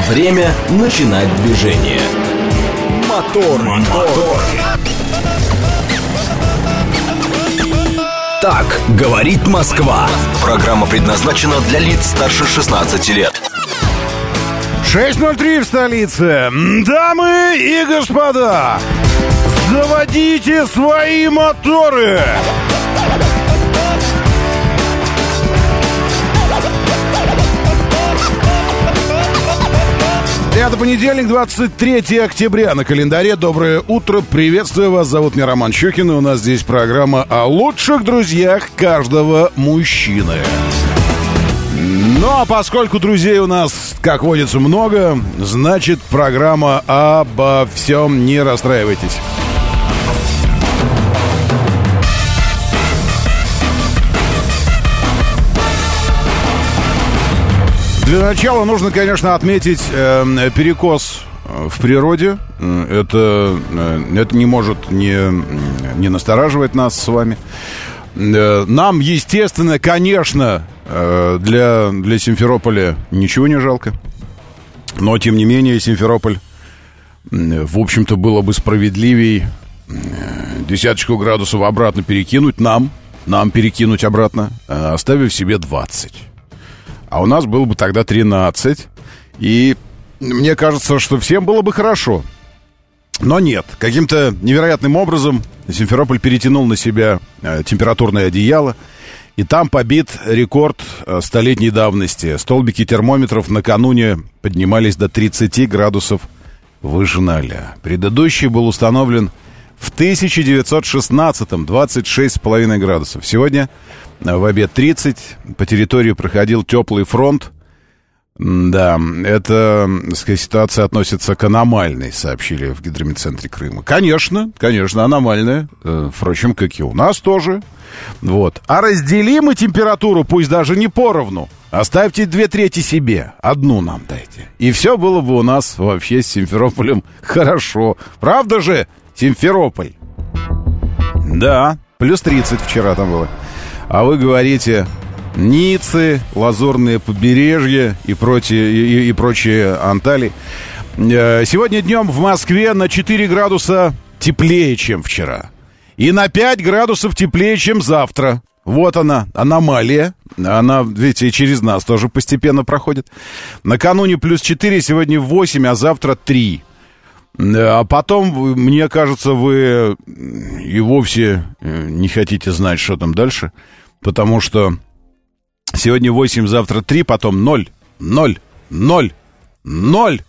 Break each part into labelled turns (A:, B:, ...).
A: Время начинать движение. Мотор. Так говорит Москва. Программа предназначена для лиц старше 16 лет.
B: 6:03 в столице. Дамы и господа, заводите свои моторы. Это понедельник, 23 октября на календаре. Доброе утро, приветствую вас. Зовут меня Роман Щукин, и у нас здесь программа о лучших друзьях каждого мужчины. Ну, а поскольку друзей у нас, как водится, много, значит, программа обо всем. Не расстраивайтесь. Для начала нужно, конечно, отметить перекос в природе. Это не может не настораживать нас с вами. Нам, естественно, конечно, для Симферополя ничего не жалко. Но, тем не менее, Симферополь, в общем-то, было бы справедливей десяточку градусов обратно перекинуть, нам перекинуть обратно, оставив себе 20. А у нас было бы тогда 13. И мне кажется, что всем было бы хорошо. Но нет. Каким-то невероятным образом Симферополь перетянул на себя температурное одеяло. И там побит рекорд столетней давности. Столбики термометров накануне поднимались до 30 градусов выше 0. Предыдущий был установлен в 1916-м, 26,5 градусов. Сегодня в обед 30. По территории проходил теплый фронт. Да, эта, так сказать, ситуация относится к аномальной, сообщили в гидрометцентре Крыма. Конечно, аномальная. Впрочем, как и у нас тоже. Вот. А разделим мы температуру, пусть даже не поровну. Оставьте 2/3 себе, одну нам дайте. И все было бы у нас вообще с Симферополем хорошо. Правда же, Симферополь? Да, плюс 30 вчера там было. А вы говорите, Ниццы, Лазурные побережья и прочие Анталии. Сегодня днем в Москве на 4 градуса теплее, чем вчера. И на 5 градусов теплее, чем завтра. Вот она, аномалия. Она, видите, через нас тоже постепенно проходит. Накануне плюс 4, сегодня 8, а завтра 3. А потом, мне кажется, вы и вовсе не хотите знать, что там дальше. Потому что сегодня 8, завтра 3, потом 0, 0, 0, 0.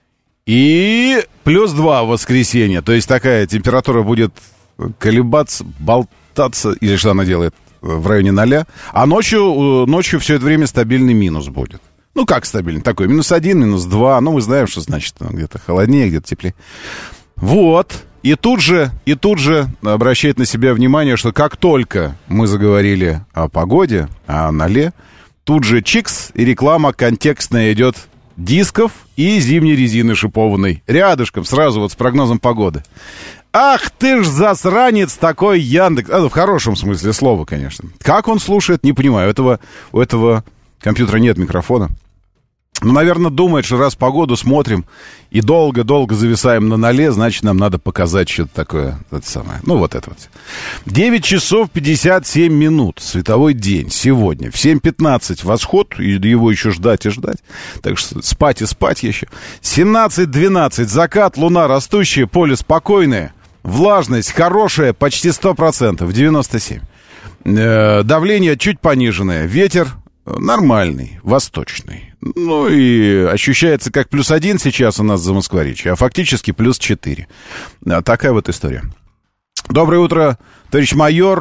B: И плюс 2 в воскресенье. То есть такая температура будет колебаться, болтаться. Или что она делает? В районе 0. А ночью все это время стабильный минус будет. Ну, как стабильный? Такой -1, -2. Ну, мы знаем, что значит где-то холоднее, где-то теплее. Вот. И тут же обращает на себя внимание, что как только мы заговорили о погоде, о 0, тут же чикс, и реклама контекстная идет дисков и зимней резины шипованной. Рядышком, сразу вот с прогнозом погоды. Ах ты ж засранец такой Яндекс. В хорошем смысле слова, конечно. Как он слушает, не понимаю. У этого компьютера нет микрофона. Ну, наверное, думает, что раз погоду смотрим и долго-долго зависаем на 0, значит, нам надо показать что-то такое. Это самое. Ну, вот это вот. 9 часов 57 минут. Световой день сегодня. В 7:15 восход. И его еще ждать и ждать. Так что спать и спать еще. 17:12 закат. Луна растущая. Поле спокойное. Влажность хорошая. Почти 100%. 97. Давление чуть пониженное. Ветер нормальный, восточный. Ну и ощущается как +1 сейчас у нас за Москворечье, а фактически +4. Такая вот история. Доброе утро, товарищ майор.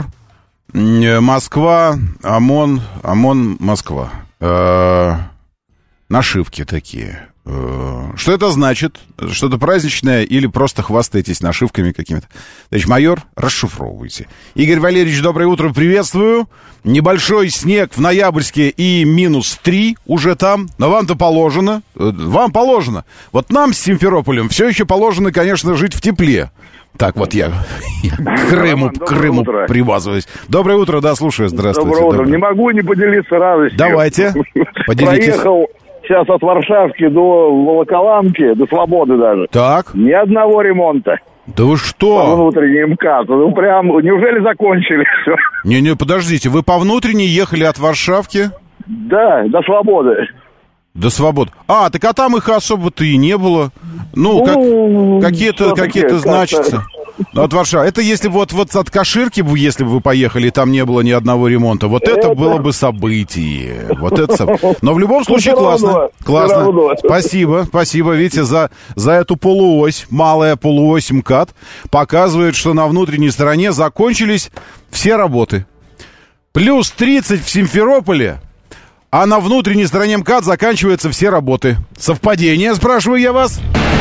B: Москва, ОМОН, Москва. Нашивки такие. Что это значит? Что-то праздничное или просто хвастаетесь нашивками какими-то? Товарищ майор, расшифровывайте. Игорь Валерьевич, доброе утро, приветствую. Небольшой снег в Ноябрьске и -3 уже там. Но вам-то положено. Вам положено. Вот нам с Симферополем все еще положено, конечно, жить в тепле. Так вот я к Крыму привязываюсь. Доброе утро, да, слушаю, здравствуйте.
C: Доброе утро. Не могу не поделиться радостью.
B: Давайте, поделитесь.
C: сейчас от Варшавки до Волоколамки, до Свободы даже.
B: Так.
C: Ни одного ремонта.
B: Да вы
C: По
B: что?
C: внутренним МКАДу. Ну, прям, неужели закончили все?
B: Не, подождите, вы по внутренней ехали от Варшавки
C: Да, до Свободы.
B: до Свободы. Так а там их особо-то и не было. Какие-то
C: всё-таки
B: значится. От Варшавы. Это если вот от Каширки, если бы вы поехали, там не было ни одного ремонта. Вот это было бы событие. Но в любом случае классно. Классно. Спасибо. Видите, за эту полуось, малая полуось МКАД, показывает, что на внутренней стороне закончились все работы. Плюс 30 в Симферополе, а на внутренней стороне МКАД заканчиваются все работы. Совпадение, спрашиваю я вас?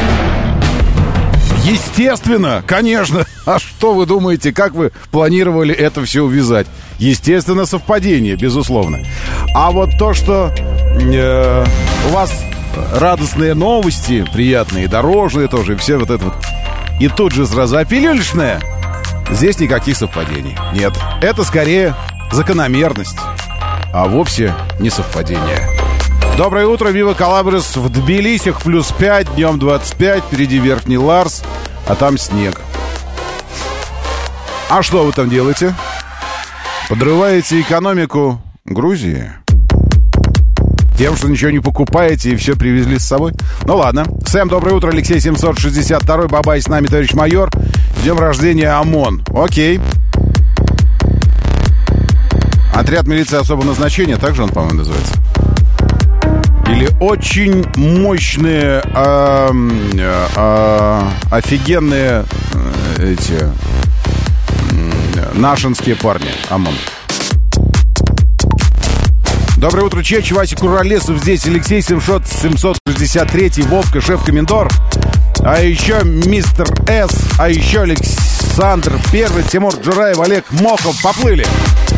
B: Естественно, конечно. А что вы думаете, как вы планировали это все увязать? Естественно, совпадение, безусловно. А вот то, что у вас радостные новости, приятные, дорожные тоже, и все вот это вот. И тут же сразу пилюлечное. Здесь никаких совпадений. Нет, это скорее закономерность, а вовсе не совпадение. Доброе утро, Вива Калабрис. В Тбилиси плюс 5, днем 25, впереди Верхний Ларс, а там снег. А что вы там делаете? Подрываете экономику Грузии? Тем, что ничего не покупаете и все привезли с собой? Ну ладно. Сэм, доброе утро, Алексей 762, Бабай с нами, товарищ майор. Днем рождения ОМОН. Окей. Отряд милиции особого назначения, так же он, по-моему, называется. Или очень мощные, офигенные эти нашинские парни. ОМОН. Доброе утро, Чеч, Вася Куролесов здесь, Алексей 763, Вовка, шеф-комендор. А еще мистер С, а еще Александр Первый, Тимур Джураев, Олег Мохов. Поплыли.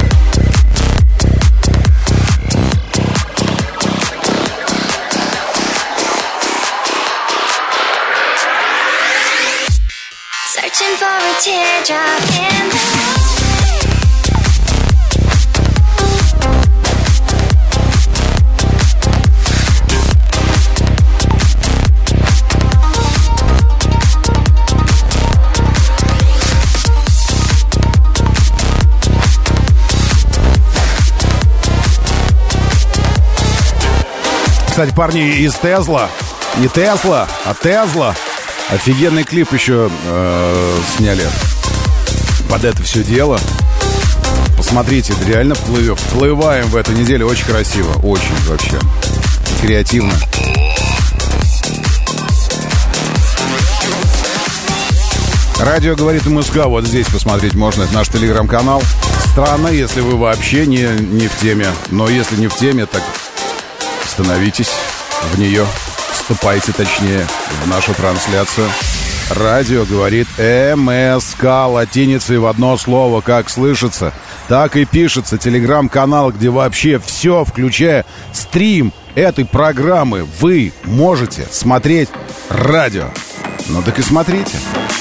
B: Кстати, парни из Тесла, не Тесла, а Тесла, офигенный клип еще сняли под это все дело. Посмотрите, реально вплываем в эту неделю. Очень красиво, очень вообще креативно. Радио говорит МСК, вот здесь посмотреть можно, это наш телеграм-канал. Странно, если вы вообще не в теме, но если не в теме, так становитесь в нее, вступайте точнее в нашу трансляцию. Радио говорит МСК латиницей в одно слово, как слышится, так и пишется. Телеграм-канал, где вообще все, включая стрим этой программы, вы можете смотреть радио. Ну так и смотрите.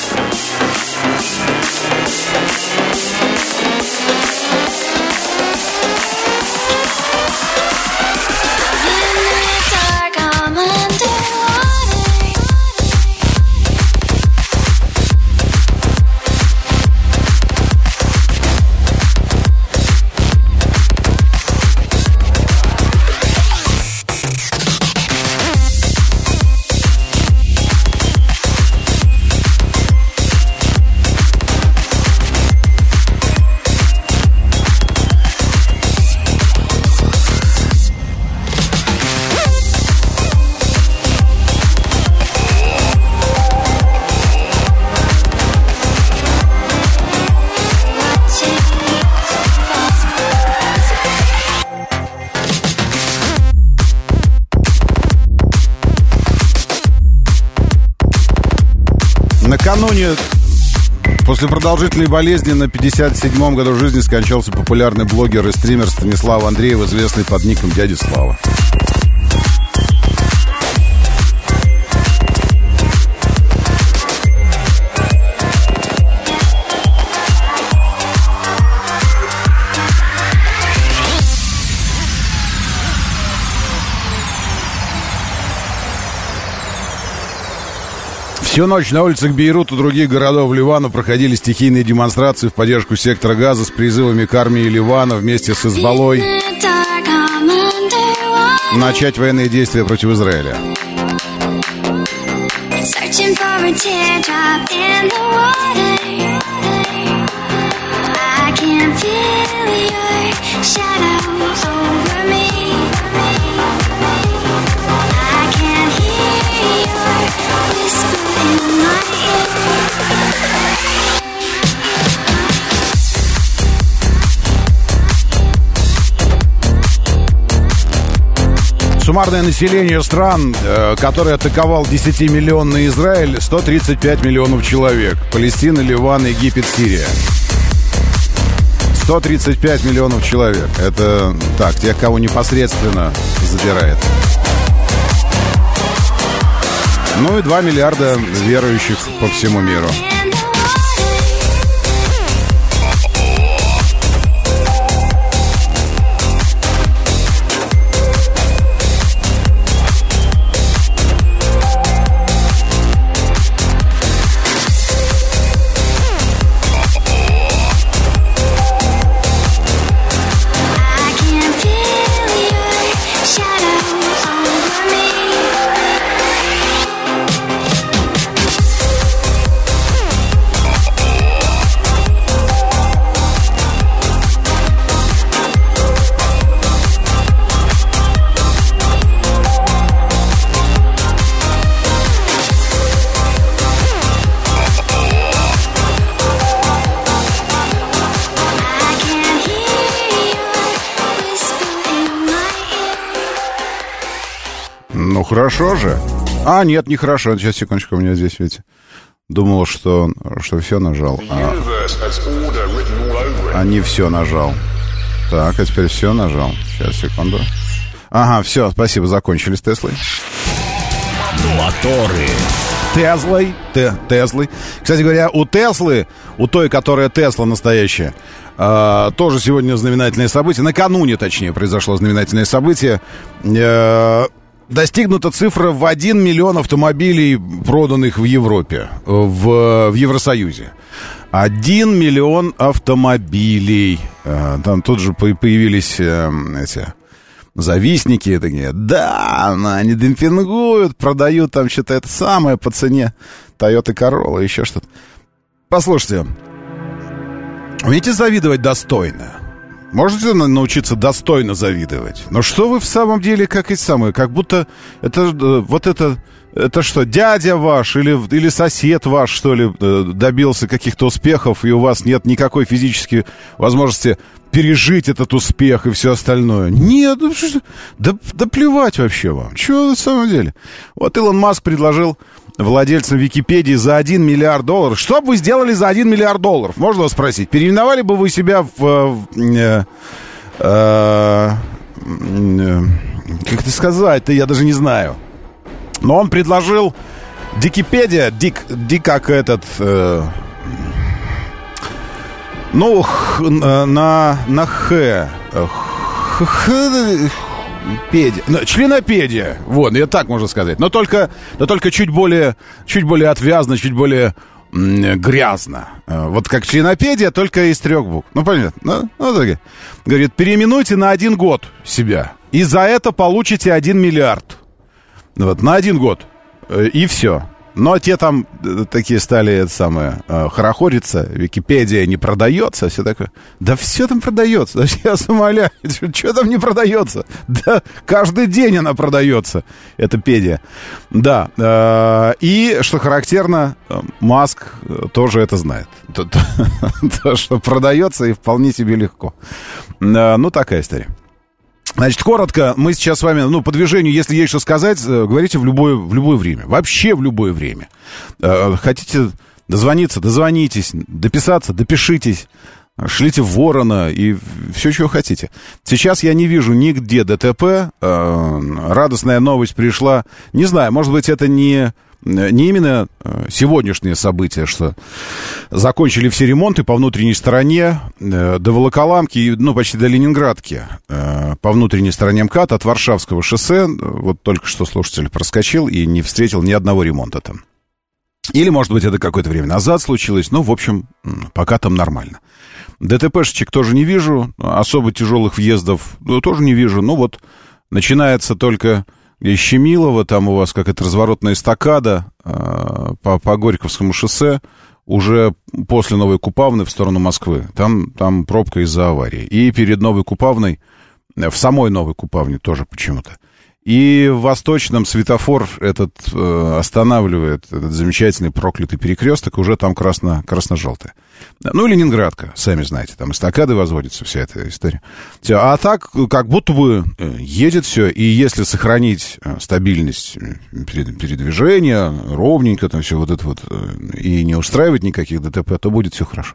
B: Накануне, после продолжительной болезни, на 57-м году жизни скончался популярный блогер и стример Станислав Андреев, известный под ником Дядя Слава. Всю ночь на улицах Бейрута и других городов Ливана проходили стихийные демонстрации в поддержку сектора Газа с призывами к армии Ливана вместе с Хизбаллой начать военные действия против Израиля. Суммарное население стран, который атаковал 10-миллионный Израиль, 135 миллионов человек. Палестина, Ливан, Египет, Сирия. 135 миллионов человек. Это так, тех, кого непосредственно задирает. Ну и 2 миллиарда верующих по всему миру. Ну, хорошо же. А, нет, нехорошо. Сейчас, секундочку, у меня здесь, видите. Думал, что все нажал. А не все нажал. Так, а теперь все нажал. Сейчас, секунду. Ага, все, спасибо, закончили с Теслой.
A: Моторы.
B: Теслой. Кстати говоря, у Теслы, у той, которая Тесла настоящая, тоже сегодня знаменательное событие. Накануне, точнее, произошло знаменательное событие. Достигнута цифра в 1 миллион автомобилей, проданных в Европе, в Евросоюзе. 1 миллион автомобилей. Там тут же появились эти завистники такие. Да, они демпингуют, продают там что-то это самое по цене Toyota Corolla, еще что-то. Послушайте, умеете завидовать достойно? Можете научиться достойно завидовать? Но что вы в самом деле, как эти самые, как будто это что, дядя ваш или сосед ваш, что ли, добился каких-то успехов, и у вас нет никакой физической возможности пережить этот успех и все остальное? Нет, да плевать вообще вам. Чего на самом деле? Вот Илон Маск предложил владельцам Википедии за $1 миллиард. Что бы вы сделали за $1 миллиард? Можно вас спросить. Переименовали бы вы себя как это сказать-то, я даже не знаю. Но он предложил Википедия, как этот... на Х. Членопедия. Вот, я так можно сказать. Но только чуть более отвязно, чуть более грязно. Вот как членопедия, только из 3 букв. Ну, понятно. Так. Говорит, переименуйте на 1 год себя. И за это получите 1 миллиард. Вот, на 1 год. И все. Но те там такие стали, хорохориться. Википедия не продается, все такое. Да все там продается. Я умоляю, что там не продается? Да каждый день она продается, эта педия. Да. И, что характерно, Маск тоже это знает. То, что продается, и вполне себе легко. Ну, такая история. Значит, коротко, мы сейчас с вами, по движению, если есть что сказать, говорите в любое время. Вообще в любое время. Хотите дозвониться, дозвонитесь, дописаться, допишитесь, шлите в Ворона и все, чего хотите. Сейчас я не вижу нигде ДТП. Радостная новость пришла. Не знаю, может быть, это не именно сегодняшнее событие, что закончили все ремонты по внутренней стороне до Волоколамки, почти до Ленинградки, по внутренней стороне МКАД от Варшавского шоссе. Вот только что слушатель проскочил и не встретил ни одного ремонта там. Или, может быть, это какое-то время назад случилось. Ну, в общем, пока там нормально. ДТПшечек тоже не вижу. Особо тяжелых въездов тоже не вижу. Ну, вот начинается только из Щемилова. Там у вас какая-то разворотная эстакада по Горьковскому шоссе. Уже после Новой Купавны в сторону Москвы. Там пробка из-за аварии. И перед Новой Купавной, в самой Новой Купавне тоже почему-то. И в Восточном светофор останавливает этот замечательный проклятый перекресток, уже там красно-желтое. Ну и Ленинградка, сами знаете, там эстакады возводятся, вся эта история. Все. А так, как будто бы едет все, и если сохранить стабильность передвижения, ровненько там все вот это вот, и не устраивать никаких ДТП, то будет все хорошо.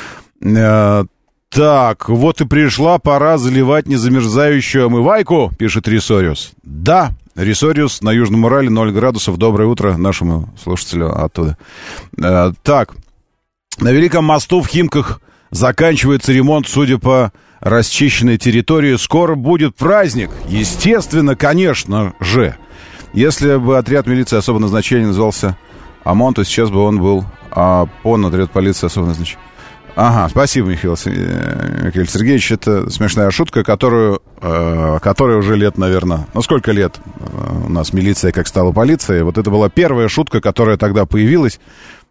B: Так, вот и пришла пора заливать незамерзающую омывайку, пишет Рисориус. Да, Рисориус на Южном Урале 0 градусов. Доброе утро нашему слушателю оттуда. Так, на Великом мосту в Химках заканчивается ремонт, судя по расчищенной территории. Скоро будет праздник. Естественно, конечно же. Если бы отряд милиции особого назначения назывался ОМОН, то сейчас бы он был ОПОН, отряд полиции особого назначения. Ага, спасибо, Михаил Сергеевич. Это смешная шутка, которая уже лет, наверное... Ну, сколько лет у нас милиция как стала полицией? Вот это была первая шутка, которая тогда появилась.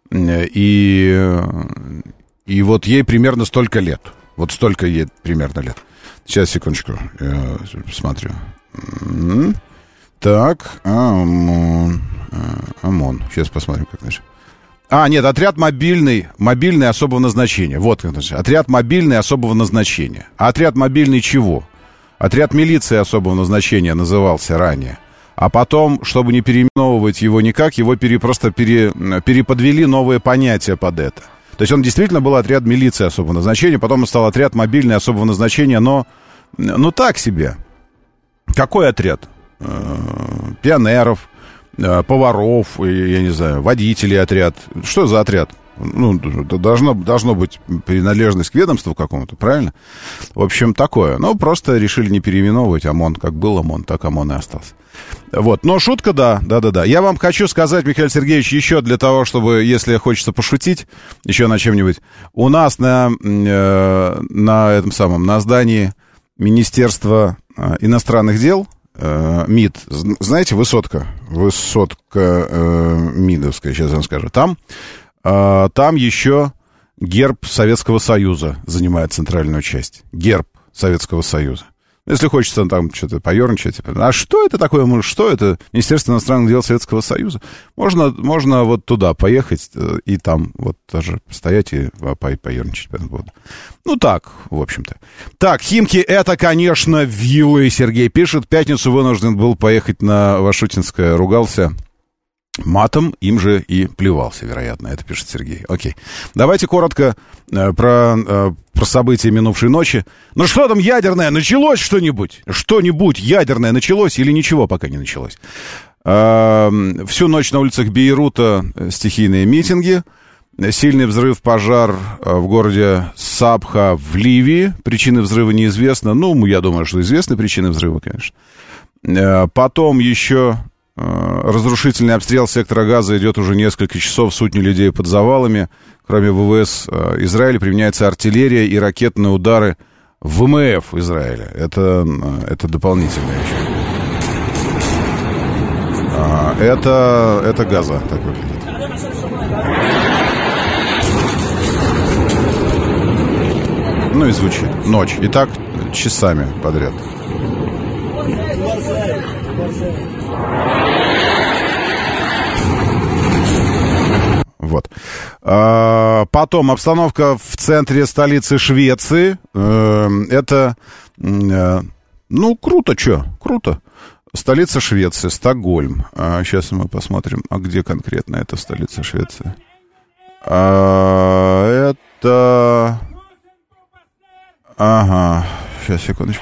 B: И вот ей примерно столько лет. Вот столько ей примерно лет. Сейчас, секундочку, я посмотрю. Так, ОМОН. Сейчас посмотрим, как дальше. Нет, отряд мобильный особого назначения. Вот, отряд мобильный особого назначения. А отряд мобильный чего? Отряд милиции особого назначения назывался ранее. А потом, чтобы не переименовывать его никак, его просто переподвели новые понятия под это. То есть он действительно был отряд милиции особого назначения, потом он стал отряд мобильный особого назначения, но так себе. Какой отряд? Пионеров, поваров, я не знаю, водителей отряд. Что за отряд? Должно быть принадлежность к ведомству какому-то, правильно? В общем, такое. Просто решили не переименовывать. ОМОН как был ОМОН, так ОМОН и остался. Вот, но шутка, да. Я вам хочу сказать, Михаил Сергеевич, еще для того, чтобы, если хочется пошутить, еще на чем-нибудь. У нас на здании Министерства иностранных дел, МИД, знаете, высотка МИДовская, сейчас я вам скажу. Там еще герб Советского Союза занимает центральную часть. Герб Советского Союза. Если хочется там что-то поерничать. А что это такое? Что это? Министерство иностранных дел Советского Союза. Можно вот туда поехать и там вот тоже стоять и поерничать по этому поводу. Так, в общем-то. Так, Химки, это, конечно, виллы, Сергей пишет. В пятницу вынужден был поехать на Вашутинское, ругался матом, им же и плевался, вероятно. Это пишет Сергей. Окей. Давайте коротко про события минувшей ночи. Что там ядерное? Началось что-нибудь? Что-нибудь ядерное началось или ничего пока не началось? Всю ночь на улицах Бейрута стихийные митинги. Сильный взрыв, пожар в городе Сабха в Ливии. Причины взрыва неизвестны. Я думаю, что известны причины взрыва, конечно. Потом еще... разрушительный обстрел сектора Газа идет уже несколько часов, сотни людей под завалами. Кроме ВВС Израиля применяется артиллерия и ракетные удары ВМФ Израиля. Это дополнительная еще. Это Газа так выглядит. И звучит. Ночь. И так часами подряд. Вот. Потом обстановка в центре столицы Швеции. Это, круто, круто. Столица Швеции, Стокгольм. Сейчас мы посмотрим, где конкретно эта столица Швеции. Это... Ага, сейчас, секундочку.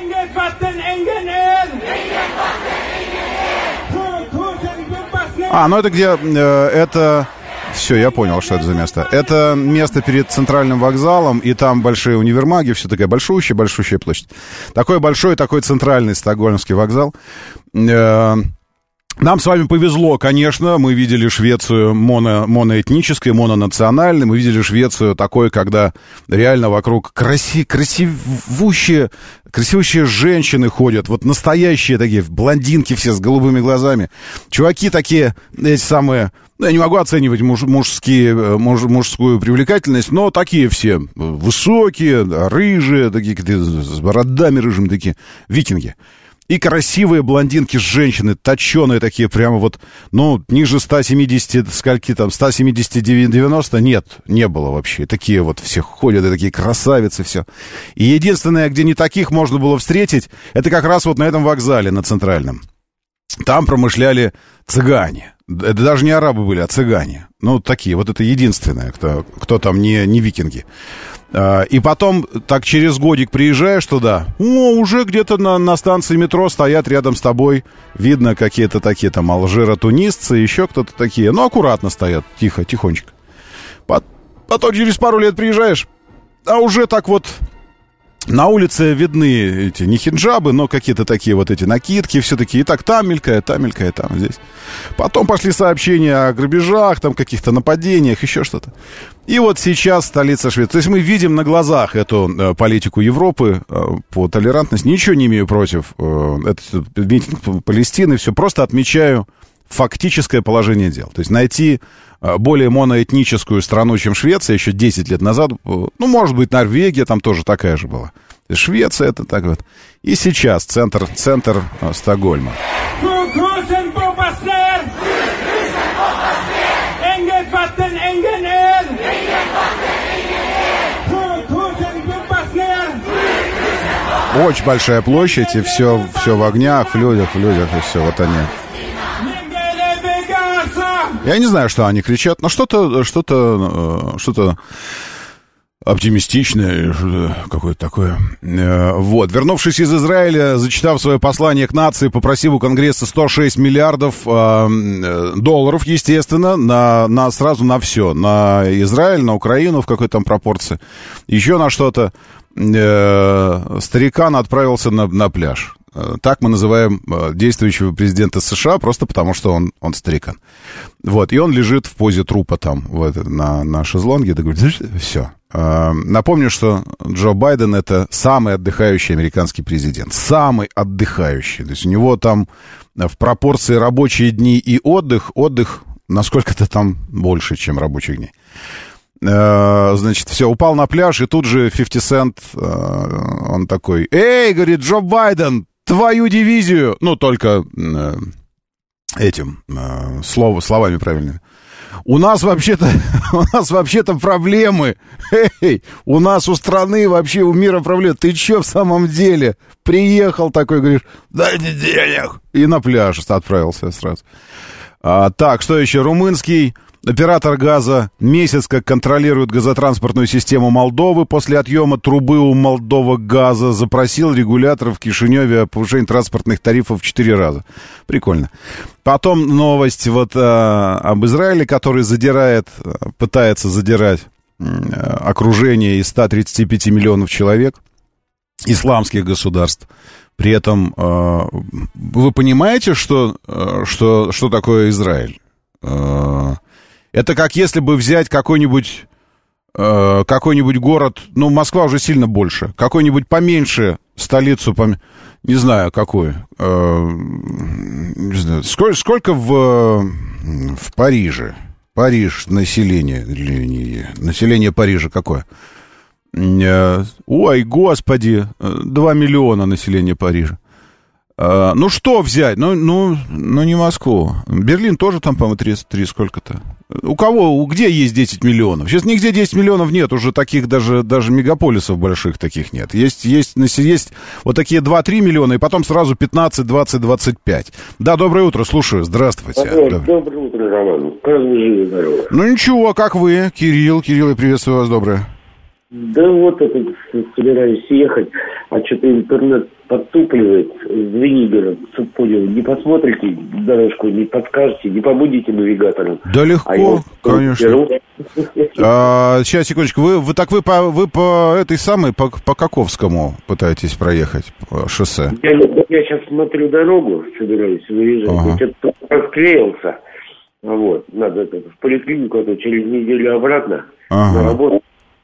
B: Это где... это... Все, я понял, что это за место. Это место перед центральным вокзалом, и там большие универмаги, все такая большущая площадь. Такой большой, такой центральный стокгольмский вокзал. Нам с вами повезло, конечно, мы видели Швецию моноэтнической, мононациональной, мы видели Швецию такой, когда реально вокруг красивущие женщины ходят, вот настоящие такие, блондинки все с голубыми глазами, чуваки такие, эти самые, я не могу оценивать мужскую привлекательность, но такие все высокие, рыжие, такие с бородами рыжими, такие викинги. И красивые блондинки, женщины, точеные такие, прямо вот, ну, ниже 170, скольки там, 170-90, нет, не было вообще. Такие вот все ходят, и такие красавицы, все. И единственное, где не таких можно было встретить, это как раз вот на этом вокзале, на Центральном. Там промышляли цыгане. Это даже не арабы были, а цыгане. Ну, такие, вот это единственное, кто там не викинги. И потом, так через годик приезжаешь туда, уже где-то на станции метро стоят рядом с тобой, видно какие-то такие там алжиро-тунисцы, еще кто-то такие, ну, аккуратно стоят, тихо, тихонечко. Потом через пару лет приезжаешь, а уже так вот на улице видны эти, не хиджабы, но какие-то такие вот эти накидки, все такие, и так там мелькает, там здесь. Потом пошли сообщения о грабежах, там каких-то нападениях, еще что-то. И вот сейчас столица Швеции. То есть мы видим на глазах эту политику Европы по толерантности. Ничего не имею против. Это митинг Палестины, все. Просто отмечаю фактическое положение дел. То есть найти более моноэтническую страну, чем Швеция, еще 10 лет назад, ну, может быть, Норвегия там тоже такая же была. Швеция это так вот. И сейчас центр Стокгольма. Очень большая площадь, и все в огнях, в людях, и все, вот они. Я не знаю, что они кричат, но что-то оптимистичное, какое-то такое. Вот. Вернувшись из Израиля, зачитав свое послание к нации, попросив у Конгресса 106 миллиардов долларов, естественно, сразу на все. На Израиль, на Украину в какой-то там пропорции. Еще на что-то. Старикан отправился на пляж. Так мы называем действующего президента США, просто потому что он старикан. Вот, и он лежит в позе трупа там, на шезлонге, да, говорит, все. Напомню, что Джо Байден — это самый отдыхающий американский президент. Самый отдыхающий. То есть у него там в пропорции рабочие дни и отдых насколько-то там больше, чем рабочих дней. Значит, все, упал на пляж, и тут же 50 Cent, он такой, эй, говорит, Джо Байден, твою дивизию, ну, только словами правильными. У нас вообще-то проблемы. Эй, у нас у страны вообще, у мира проблемы. Ты че в самом деле? Приехал такой, говоришь, дайте денег. И на пляж отправился сразу. Так, что еще? Румынский оператор газа месяц как контролирует газотранспортную систему Молдовы. После отъема трубы у Молдова газа запросил регулятор в Кишиневе о повышении транспортных тарифов в 4 раза. Прикольно. Потом новость вот об Израиле, который пытается задирать окружение из 135 миллионов человек исламских государств. При этом вы понимаете, что такое Израиль? Это как если бы взять какой-нибудь город, ну, Москва уже сильно больше, какой-нибудь поменьше столицу, не знаю, какую. Не знаю, сколько в Париже? Париж, население Парижа какое? Ой, господи, 2 миллиона населения Парижа. Ну, что взять? Ну, не Москву. Берлин тоже там, по-моему, 3 сколько-то. Где есть 10 миллионов? Сейчас нигде 10 миллионов нет, уже таких даже мегаполисов больших таких нет. Есть вот такие 2-3 миллиона, и потом сразу 15, 20, 25. Да, доброе утро, слушаю, здравствуйте.
D: Доброе утро, Роман. Как вы живы, здорово?
B: Ну, ничего, как вы? Кирилл, я приветствую вас, доброе.
D: Да вот собираюсь ехать, а что-то интернет подтупливает Звенигород, Супонево. Не посмотрите дорожку, не подскажете, не побудете навигатором.
B: Да легко, конечно. Сейчас, секундочку. Вы по этой самой, по Каковскому пытаетесь проехать шоссе?
D: Я сейчас смотрю дорогу, собираюсь выезжать.
B: Ага.
D: Что-то расклеился. Вот. Надо в поликлинику, а то через неделю обратно на работу.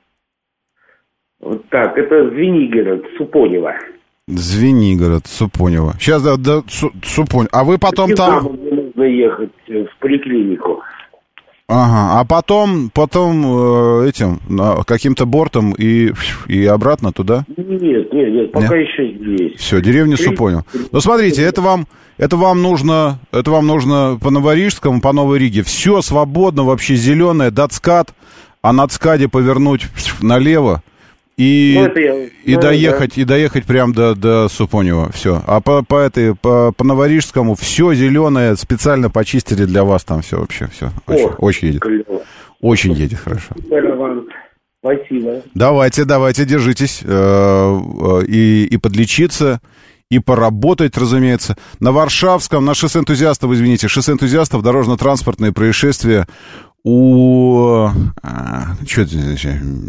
D: Вот так. Это Звенигород, Супонево.
B: Звенигород, Супонево. Сейчас, Супонево. А вы потом там...
D: Нужно ехать в поликлинику.
B: Ага, а потом этим, каким-то бортом и обратно туда?
D: Нет, пока еще здесь.
B: Все, деревня Супонево. Ну, смотрите, это вам нужно по Новорижскому, по Новой Риге. Все свободно, вообще зеленое, до ЦКАД, а на ЦКАДе повернуть налево. И доехать прям до Супонева. Все. А по Новорижскому все зеленое специально почистили для вас там все вообще. Все. Очень едет. Клево. Очень едет хорошо.
D: Спасибо.
B: Давайте, держитесь. И подлечиться, и поработать, разумеется. На Варшавском, на шоссе энтузиастов, дорожно-транспортные происшествия у... Что это здесь?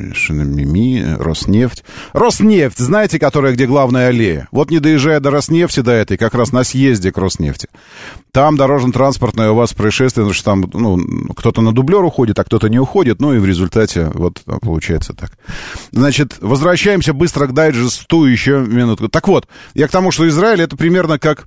B: Роснефть, знаете, которая, где главная аллея. Вот не доезжая до Роснефти, до этой, как раз на съезде к Роснефти. Там дорожно-транспортное у вас происшествие, потому что там, кто-то на дублер уходит, а кто-то не уходит, и в результате вот получается так. Значит, возвращаемся быстро к дайджесту еще минутку. Так вот, я к тому, что Израиль это примерно как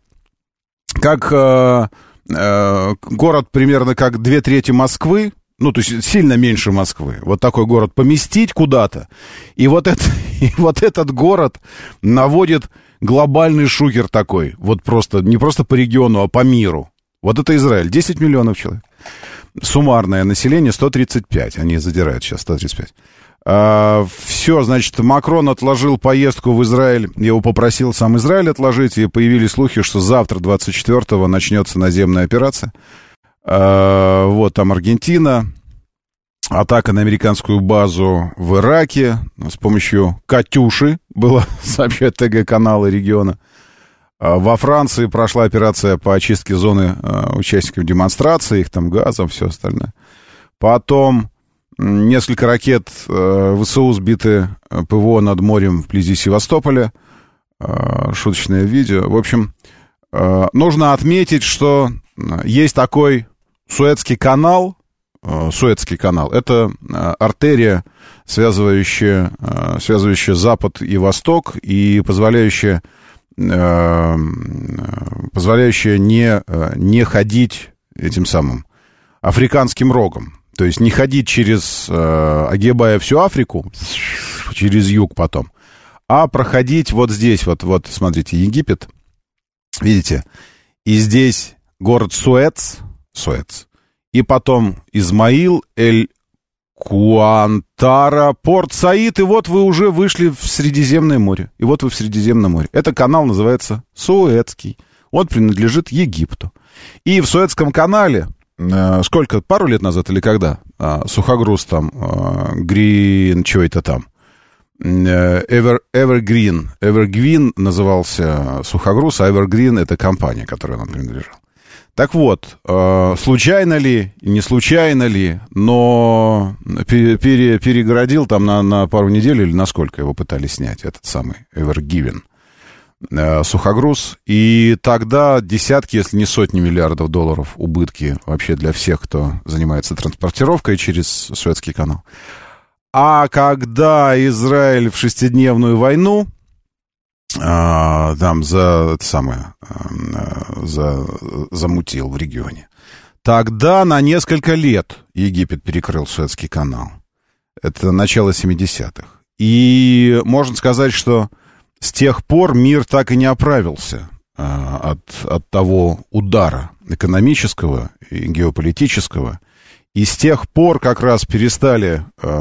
B: город примерно как 2/3 Москвы, то есть сильно меньше Москвы. Вот такой город поместить куда-то, и вот этот город наводит глобальный шухер такой, вот просто, не просто по региону, а по миру. Вот это Израиль, 10 миллионов человек. Суммарное население 135, они задирают сейчас 135. Все, значит, Макрон отложил поездку в Израиль, его попросил сам Израиль отложить, и появились слухи, что завтра, 24-го, начнется наземная операция. Вот там Аргентина, атака на американскую базу в Ираке с помощью «Катюши», было, сообщает ТГ-каналы региона. Во Франции прошла операция по очистке зоны участников демонстрации, их там газом, все остальное. Потом... Несколько ракет ВСУ сбиты ПВО над морем вблизи Севастополя. Шуточное видео. В общем, нужно отметить, что есть такой Суэцкий канал. Суэцкий канал. Это артерия, связывающая Запад и Восток и позволяющая не ходить этим самым африканским рогом. То есть не ходить огибая всю Африку, через юг потом, а проходить вот здесь, вот смотрите, Египет, видите, и здесь город Суэц, и потом Измаил, Эль-Куантара, Порт Саид, и вот вы уже вышли в Средиземное море. И вот вы в Средиземном море. Этот канал называется Суэцкий. Он принадлежит Египту. И в Суэцком канале... Сколько, пару лет назад или когда? Сухогруз там, Green, что это там? Evergreen назывался сухогруз, а Evergreen — это компания, которой он принадлежал. Так вот, случайно ли, не случайно ли, но перегородил там на пару недель или на сколько его пытались снять, этот самый Evergreen сухогруз, и тогда десятки, если не сотни миллиардов долларов убытки вообще для всех, кто занимается транспортировкой через Суэцкий канал. А когда Израиль в шестидневную войну там замутил в регионе, тогда на несколько лет Египет перекрыл Суэцкий канал. Это начало 70-х. И можно сказать, что с тех пор мир так и не оправился от того удара экономического и геополитического. И с тех пор как раз перестали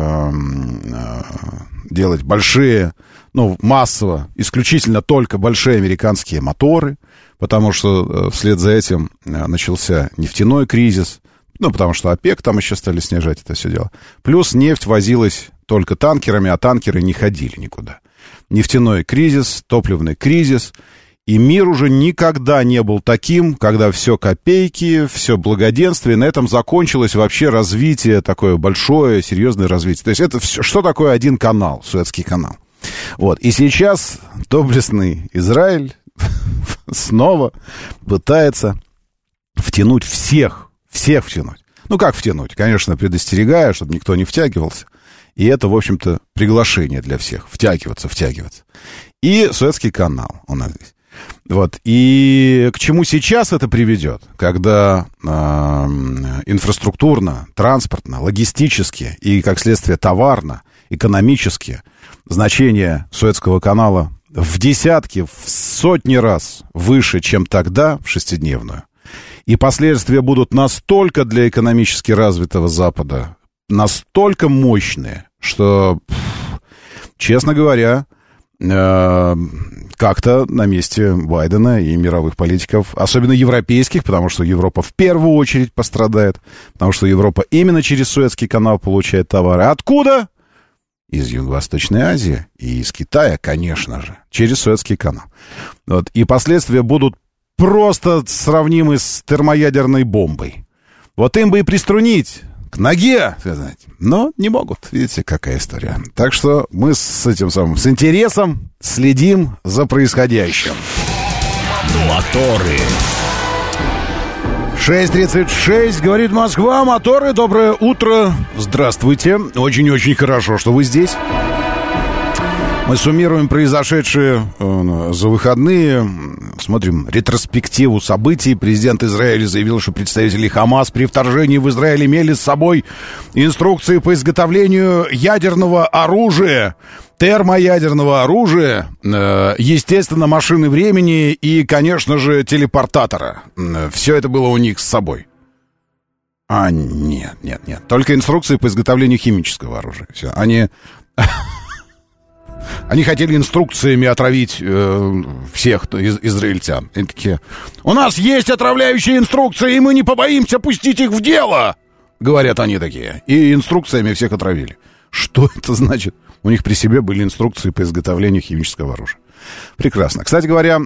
B: делать большие, массово, исключительно только большие американские моторы, потому что вслед за этим начался нефтяной кризис, потому что ОПЕК там еще стали снижать это все дело. Плюс нефть возилась только танкерами, а танкеры не ходили никуда. Нефтяной кризис, топливный кризис. И мир уже никогда не был таким, когда все копейки, все благоденствие. На этом закончилось вообще развитие, такое большое, серьезное развитие. То есть это все, что такое один канал, Суэцкий канал. Вот. И сейчас доблестный Израиль снова пытается втянуть всех втянуть. Ну, как втянуть? Конечно, предостерегая, чтобы никто не втягивался. И это, в общем-то, приглашение для всех. Втягиваться. И Суэцкий канал у нас здесь. Вот. И к чему сейчас это приведет? Когда инфраструктурно, транспортно, логистически и, как следствие, товарно, экономически значение Суэцкого канала в десятки, в сотни раз выше, чем тогда, в шестидневную. И последствия будут настолько для экономически развитого Запада, настолько мощные, что, честно говоря, как-то на месте Байдена и мировых политиков, особенно европейских, потому что Европа в первую очередь пострадает, потому что Европа именно через Суэцкий канал получает товары. Откуда? Из Юго-Восточной Азии и из Китая, конечно же, через Суэцкий канал. Вот. И последствия будут просто сравнимы с термоядерной бомбой. Вот им бы и приструнить к ноге, сказать, но не могут. Видите, какая история. Так что мы с интересом следим за происходящим.
A: Моторы.
B: 6:36, говорит Москва, моторы, доброе утро, здравствуйте, очень-очень хорошо, что вы здесь. Мы суммируем произошедшее за выходные, смотрим ретроспективу событий. Президент Израиля заявил, что представители Хамас при вторжении в Израиль имели с собой инструкции по изготовлению ядерного оружия, термоядерного оружия, естественно, машины времени и, конечно же, телепортатора. Все это было у них с собой. Нет. Только инструкции по изготовлению химического оружия. Все. Они хотели инструкциями отравить всех израильтян. Они такие, у нас есть отравляющие инструкции, и мы не побоимся пустить их в дело, говорят они такие. И инструкциями всех отравили. Что это значит? У них при себе были инструкции по изготовлению химического оружия. Прекрасно. Кстати говоря,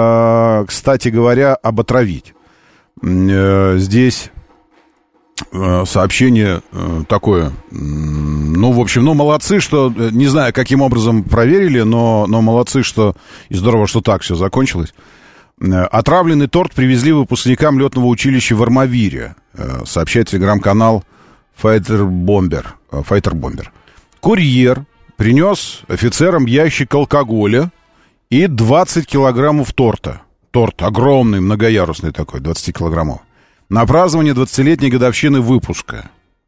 B: об отравить. Здесь сообщение такое, молодцы, что, не знаю, каким образом проверили, но молодцы, что, и здорово, что так все закончилось. Отравленный торт привезли выпускникам летного училища в Армавире, сообщает телеграм-канал Fighter Bomber. Курьер принес офицерам ящик алкоголя и 20 килограммов торта. Торт огромный, многоярусный такой, 20-килограммовый. На празднование 20-летней годовщины выпуска.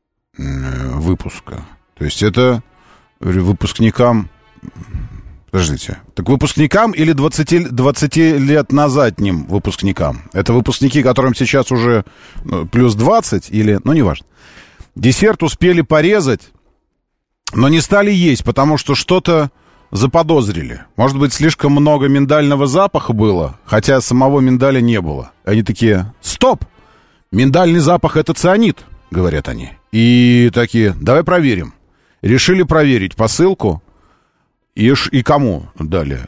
B: То есть это выпускникам... Подождите. Так выпускникам или 20 лет назадним выпускникам? Это выпускники, которым сейчас уже плюс 20 или... неважно. Десерт успели порезать, но не стали есть, потому что что-то заподозрили. Может быть, слишком много миндального запаха было, хотя самого миндаля не было. Они такие, стоп! Миндальный запах — это цианид, говорят они. И такие, давай проверим. Решили проверить посылку. И кому дали?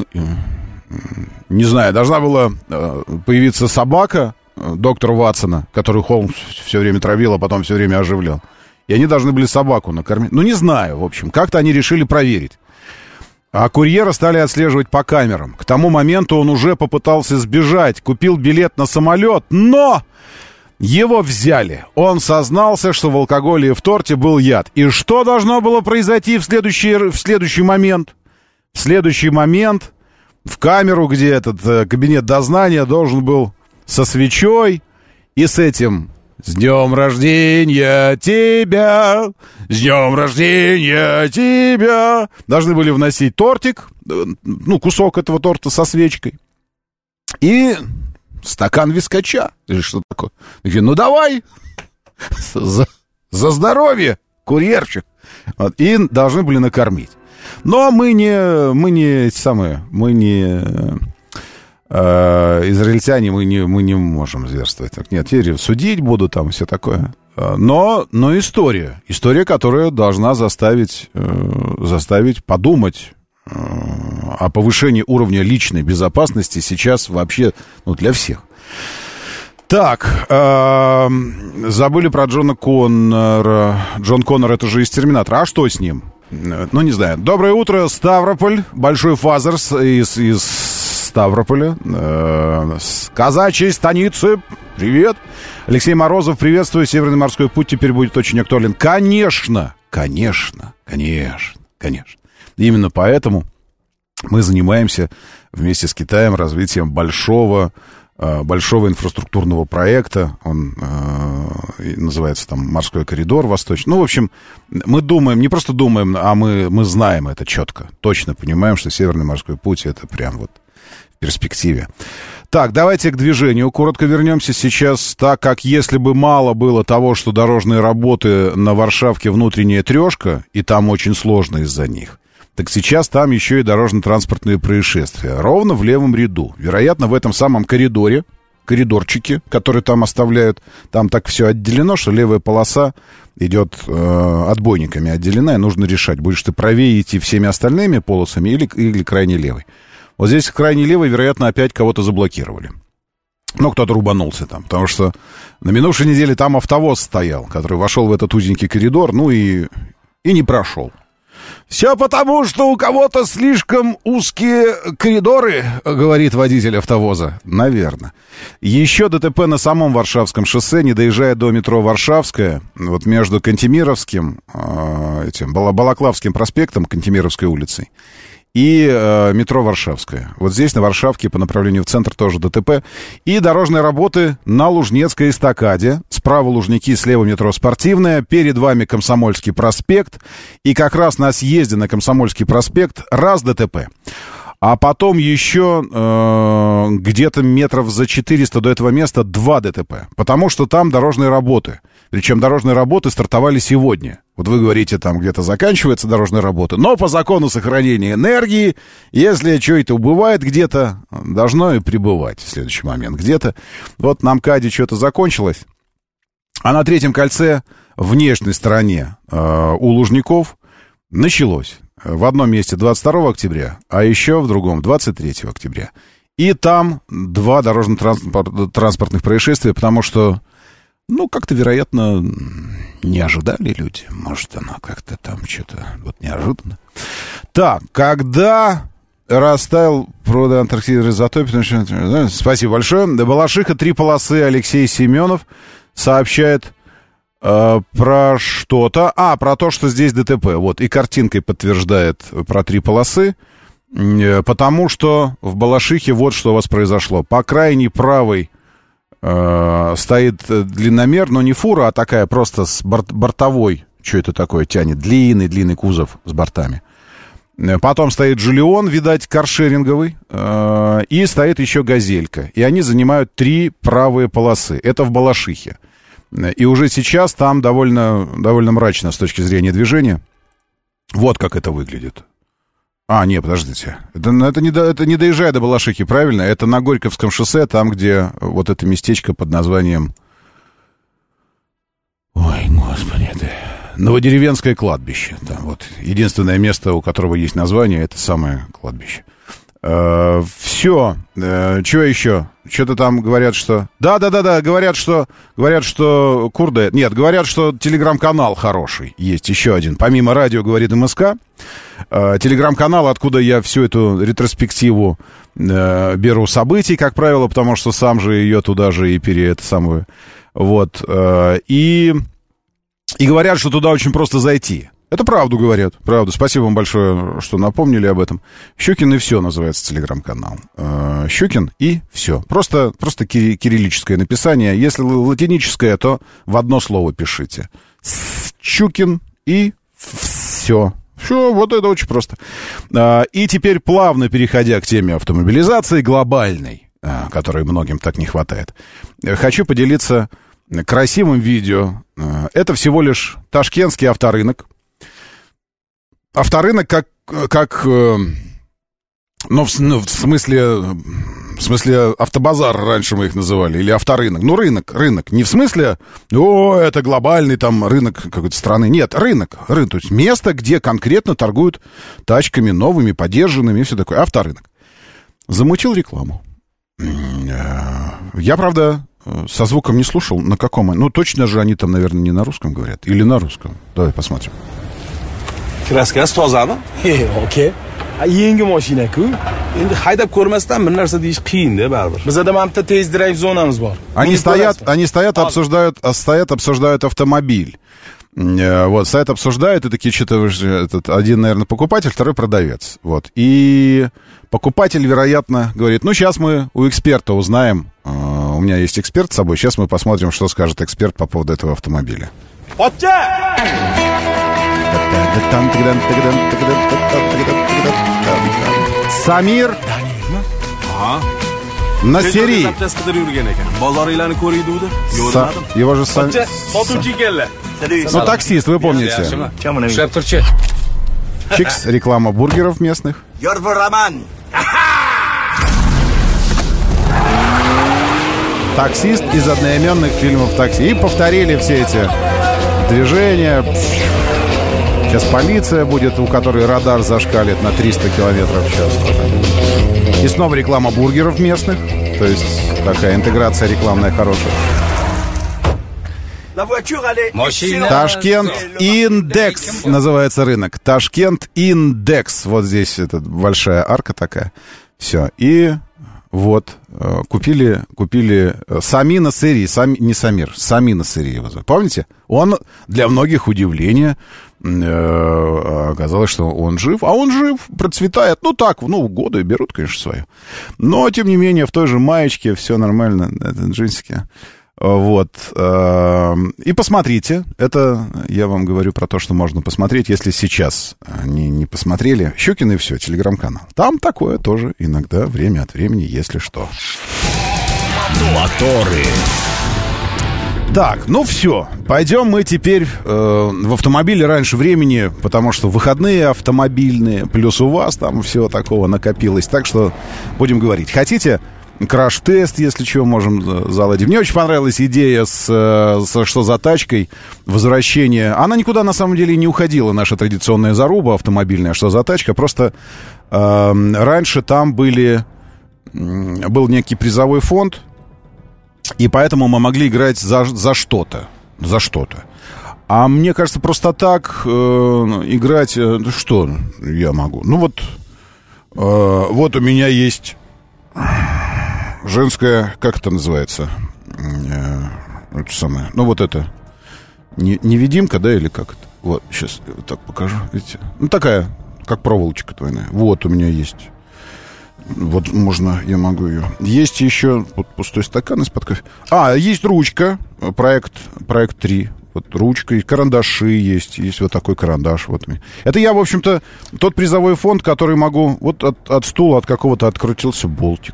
B: Не знаю, должна была появиться собака доктора Ватсона, которую Холмс все время травил, а потом все время оживлял. И они должны были собаку накормить. Не знаю, в общем. Как-то они решили проверить. А курьера стали отслеживать по камерам. К тому моменту он уже попытался сбежать. Купил билет на самолет, но... Его взяли. Он сознался, что в алкоголе и в торте был яд. И что должно было произойти в следующий момент? В следующий момент в камеру, где этот кабинет дознания должен был со свечой и с этим «С днем рождения тебя! С днем рождения тебя!» должны были вносить тортик, кусок этого торта со свечкой. И... стакан вискача, или что такое. Такие, давай, за здоровье, курьерчик. И должны были накормить. Но мы не израильтяне, мы не можем зверствовать. Так, нет, теперь судить буду, там все такое. Но история, которая должна заставить подумать о повышении уровня личной безопасности сейчас вообще, для всех. Так, забыли про Джона Коннора. Джон Коннор — это же из «Терминатора». А что с ним? Не знаю. Доброе утро, Ставрополь. Большой Фазерс из Ставрополя. С казачьей станицы. Привет. Алексей Морозов, приветствую. Северный морской путь теперь будет очень актуален. Конечно. Именно поэтому мы занимаемся вместе с Китаем развитием большого инфраструктурного проекта. Он называется там «Морской коридор восточный». В общем, мы думаем, не просто думаем, а мы знаем это четко. Точно понимаем, что Северный морской путь — это прям вот в перспективе. Так, давайте к движению коротко вернемся сейчас. Так как если бы мало было того, что дорожные работы на Варшавке внутренняя трешка, и там очень сложно из-за них, так сейчас там еще и дорожно-транспортные происшествия. Ровно в левом ряду. Вероятно, в этом самом коридорчике, который там оставляют, там так все отделено, что левая полоса идет отбойниками отделена, и нужно решать, будешь ты правее идти всеми остальными полосами или крайне левой. Вот здесь крайне левой, вероятно, опять кого-то заблокировали. Кто-то рубанулся там, потому что на минувшей неделе там автовоз стоял, который вошел в этот узенький коридор, и не прошел. Все потому, что у кого-то слишком узкие коридоры, говорит водитель автовоза. Наверное. Еще ДТП на самом Варшавском шоссе, не доезжая до метро Варшавская, вот между Кантемировским, Балаклавским проспектом, Кантемировской улицей, и метро Варшавская. Вот здесь, на Варшавке, по направлению в центр, тоже ДТП. И дорожные работы на Лужнецкой эстакаде. Справа Лужники, слева метро Спортивная. Перед вами Комсомольский проспект. И как раз на съезде на Комсомольский проспект раз ДТП. А потом еще где-то метров за 400 до этого места 2 ДТП. Потому что там дорожные работы. Причем дорожные работы стартовали сегодня. Вот вы говорите, там где-то заканчивается дорожная работа. Но по закону сохранения энергии, если что-то убывает где-то, должно и прибывать в следующий момент где-то. Вот на МКАДе что-то закончилось. А на третьем кольце, в внешней стороне у Лужников, началось. В одном месте 22 октября, а еще в другом 23 октября. И там 2 дорожно-транспортных происшествия, потому что, как-то, вероятно, не ожидали люди. Может, оно как-то там что-то неожиданно. Так, когда растаял провод Антарктиды затопит... Спасибо большое. Балашиха, 3 полосы. Алексей Семенов сообщает... про что-то. Про то, что здесь ДТП. Вот, и картинкой подтверждает про 3 полосы. Потому что в Балашихе вот что у вас произошло. По крайней правой стоит длинномер, но не фура, а такая просто с бортовой. Что это такое тянет? Длинный кузов с бортами. Потом стоит Джулион, видать, каршеринговый. И стоит еще Газелька. И они занимают 3 правые полосы. Это в Балашихе. И уже сейчас там довольно мрачно с точки зрения движения. Вот как это выглядит. Нет, подождите. Это не доезжая до Балашихи, правильно? Это на Горьковском шоссе, там, где вот это местечко под названием... Ой, господи, это... Новодеревенское кладбище. Там вот единственное место, у которого есть название, это самое кладбище. Все. Чего еще? Что-то там говорят, что... Да, говорят, что Курда... Нет, говорят, что телеграм-канал хороший. Есть еще один. Помимо радио, говорит МСК. Телеграм-канал, откуда я всю эту ретроспективу беру событий, как правило, потому что сам же ее туда же и Вот. И говорят, что туда очень просто зайти. Это правду говорят, правда. Спасибо вам большое, что напомнили об этом. «Щукин и все» называется телеграм-канал. «Щукин и все». Просто кириллическое написание. Если латиническое, то в одно слово пишите. «Щукин и все». Все, вот это очень просто. И теперь, плавно переходя к теме автомобилизации глобальной, которой многим так не хватает, хочу поделиться красивым видео. Это всего лишь ташкентский авторынок. Авторынок в смысле В смысле, автобазар раньше мы их называли, или авторынок. Ну, рынок. Не в смысле, это глобальный там рынок какой-то страны. Нет, рынок. То есть место, где конкретно торгуют тачками новыми, подержанными и все такое. Авторынок. Замутил рекламу. Я, правда, со звуком не слушал, на каком. Ну, точно же они там, наверное, не на русском говорят. Или на русском. Давай посмотрим.
E: Kraskasi tozami?
F: Okey. Yangi mashina-ku.
E: Endi haydab ko'rmasdan bir narsa deyish qiyin-da baribir.
F: Bizda ham bitta test drive zonamiz bor.
B: Они стоят, обсуждают автомобиль. Вот, стоят, обсуждают, и такие, что-то один, наверное, покупатель, второй продавец. Вот. И покупатель, вероятно, говорит, сейчас мы у эксперта узнаем. У меня есть эксперт с собой. Сейчас мы посмотрим, что скажет эксперт по поводу этого автомобиля. Самир Насери. Его же Самир. Ну, таксист, вы помните. Чикс, реклама бургеров местных. Таксист из одноименных фильмов «Такси». И повторили все эти движения. Сейчас полиция будет, у которой радар зашкалит на 300 километров в час. И снова реклама бургеров местных. То есть такая интеграция рекламная хорошая. Ташкент Индекс называется рынок. Ташкент Индекс. Вот здесь это большая арка такая. Все. И вот купили Сами Насери. Не Самир, Сами Насери его зовут. Помните? Он для многих удивление. Оказалось, что он жив. А он жив, процветает. Годы берут, конечно, свое. Но, тем не менее, в той же маечке все нормально. Это джинсики. Вот. И посмотрите. Это я вам говорю про то, что можно посмотреть, если сейчас не посмотрели. Щукин и все, телеграм-канал. Там такое тоже иногда, время от времени, если что.
A: Моторы.
B: Так, все. Пойдем мы теперь в автомобиле раньше времени, потому что выходные автомобильные, плюс у вас там всего такого накопилось. Так что будем говорить. Хотите краш-тест, если что, можем заладить. Мне очень понравилась идея что за тачкой, возвращение. Она никуда на самом деле не уходила, наша традиционная заруба автомобильная, что за тачка. Просто раньше там был некий призовой фонд, и поэтому мы могли играть за что-то. А мне кажется, просто так играть... что я могу? Вот у меня есть женская... Как это называется? Это самое... это... Невидимка, да, или как это? Вот, сейчас вот так покажу. Видите? Такая, как проволочка двойная. Вот у меня есть... Вот можно, я могу ее. Есть еще вот пустой стакан из-под кофе. Есть ручка, проект 3. Вот ручка, и карандаши есть вот такой карандаш. Вот. Это я, в общем-то, тот призовой фонд, который могу... Вот от стула от какого-то открутился болтик.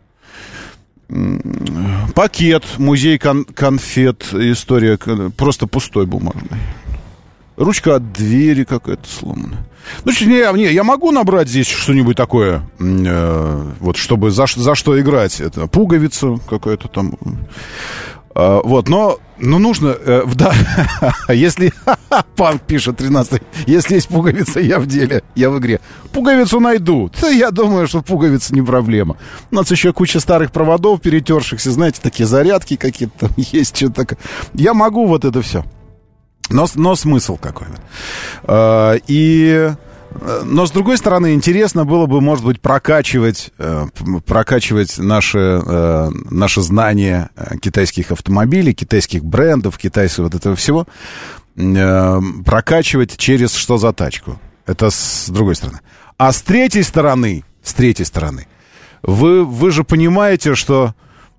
B: Пакет, музей конфет, история, просто пустой бумажный. Ручка от двери какая-то сломанная. Я могу набрать здесь что-нибудь такое, вот, чтобы за что играть. Это пуговица какая-то там. Вот, но нужно, да, если, Панк пишет 13-й, если есть пуговица, я в деле, я в игре. Пуговицу найду. Я думаю, что пуговица не проблема. У нас еще куча старых проводов перетершихся, знаете, такие зарядки какие-то там есть, что-то такое. Я могу вот это все. Но смысл какой? Но, с другой стороны, интересно было бы, может быть, прокачивать наши знания китайских автомобилей, китайских брендов, китайского вот этого всего, прокачивать через что за тачку. Это с другой стороны. А с третьей стороны, вы же понимаете, что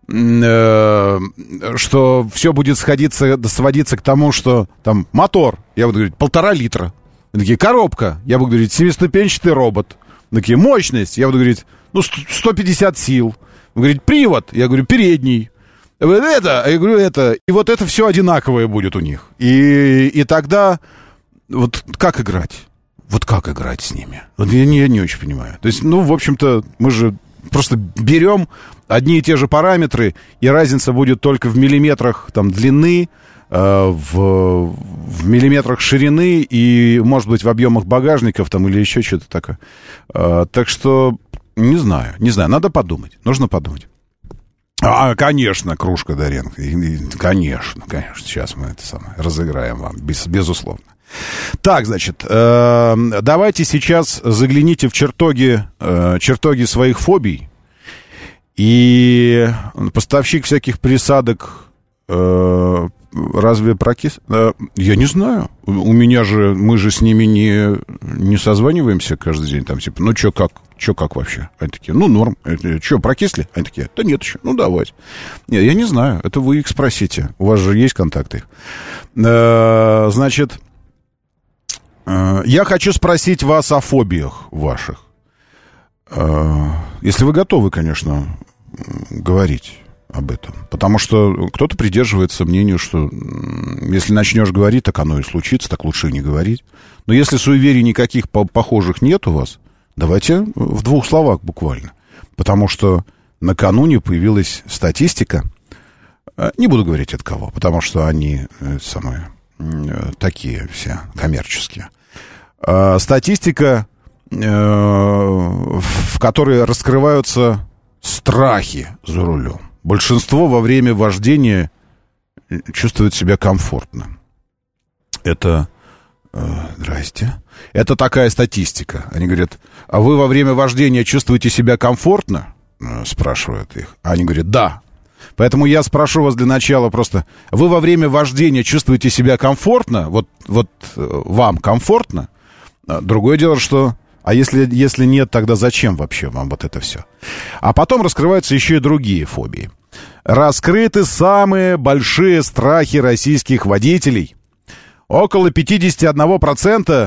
B: все будет сводиться к тому, что там мотор, я буду говорить, 1,5 литра. Такие, коробка, я буду говорить, 7-ступенчатый робот. Такие, мощность, я буду говорить, 150 сил. Вы говорите, привод, я говорю, передний. Это, я говорю, это. И вот это все одинаковое будет у них. И тогда, вот как играть? Вот как играть с ними? Вот я не очень понимаю. То есть, в общем-то, мы же Просто берем одни и те же параметры, и разница будет только в миллиметрах там, длины, в миллиметрах ширины и, может быть, в объемах багажников там, или еще что-то такое. Так что, не знаю, надо подумать, нужно подумать. Конечно, кружка Доренко, конечно, сейчас мы это самое разыграем вам, безусловно. Так, значит, давайте сейчас загляните в чертоги своих фобий. И поставщик всяких присадок разве прокис? Я не знаю. У меня же, мы же с ними не созваниваемся каждый день. Там типа, ну, чё как вообще? Они такие, ну, норм. Чё, прокисли? Они такие, да нет еще, ну, давайте. Нет, я не знаю, это вы их спросите. У вас же есть контакты. Значит, я хочу спросить вас о фобиях ваших. Если вы готовы, конечно, говорить об этом. Потому что кто-то придерживается мнению, что если начнешь говорить, так оно и случится, так лучше и не говорить. Но если суеверий никаких похожих нет у вас, давайте в двух словах буквально. Потому что накануне появилась статистика. Не буду говорить от кого, потому что они самые такие все коммерческие. Статистика, в которой раскрываются страхи за рулем. Большинство во время вождения чувствует себя комфортно. Это... Здрасте. Это такая статистика. Они говорят, а вы во время вождения чувствуете себя комфортно? Спрашивают их. Они говорят, да. Поэтому я спрошу вас для начала просто, вы во время вождения чувствуете себя комфортно? Вот вам комфортно? Другое дело, что... А если нет, тогда зачем вообще вам вот это все? А потом раскрываются еще и другие фобии. Раскрыты самые большие страхи российских водителей. Около 51%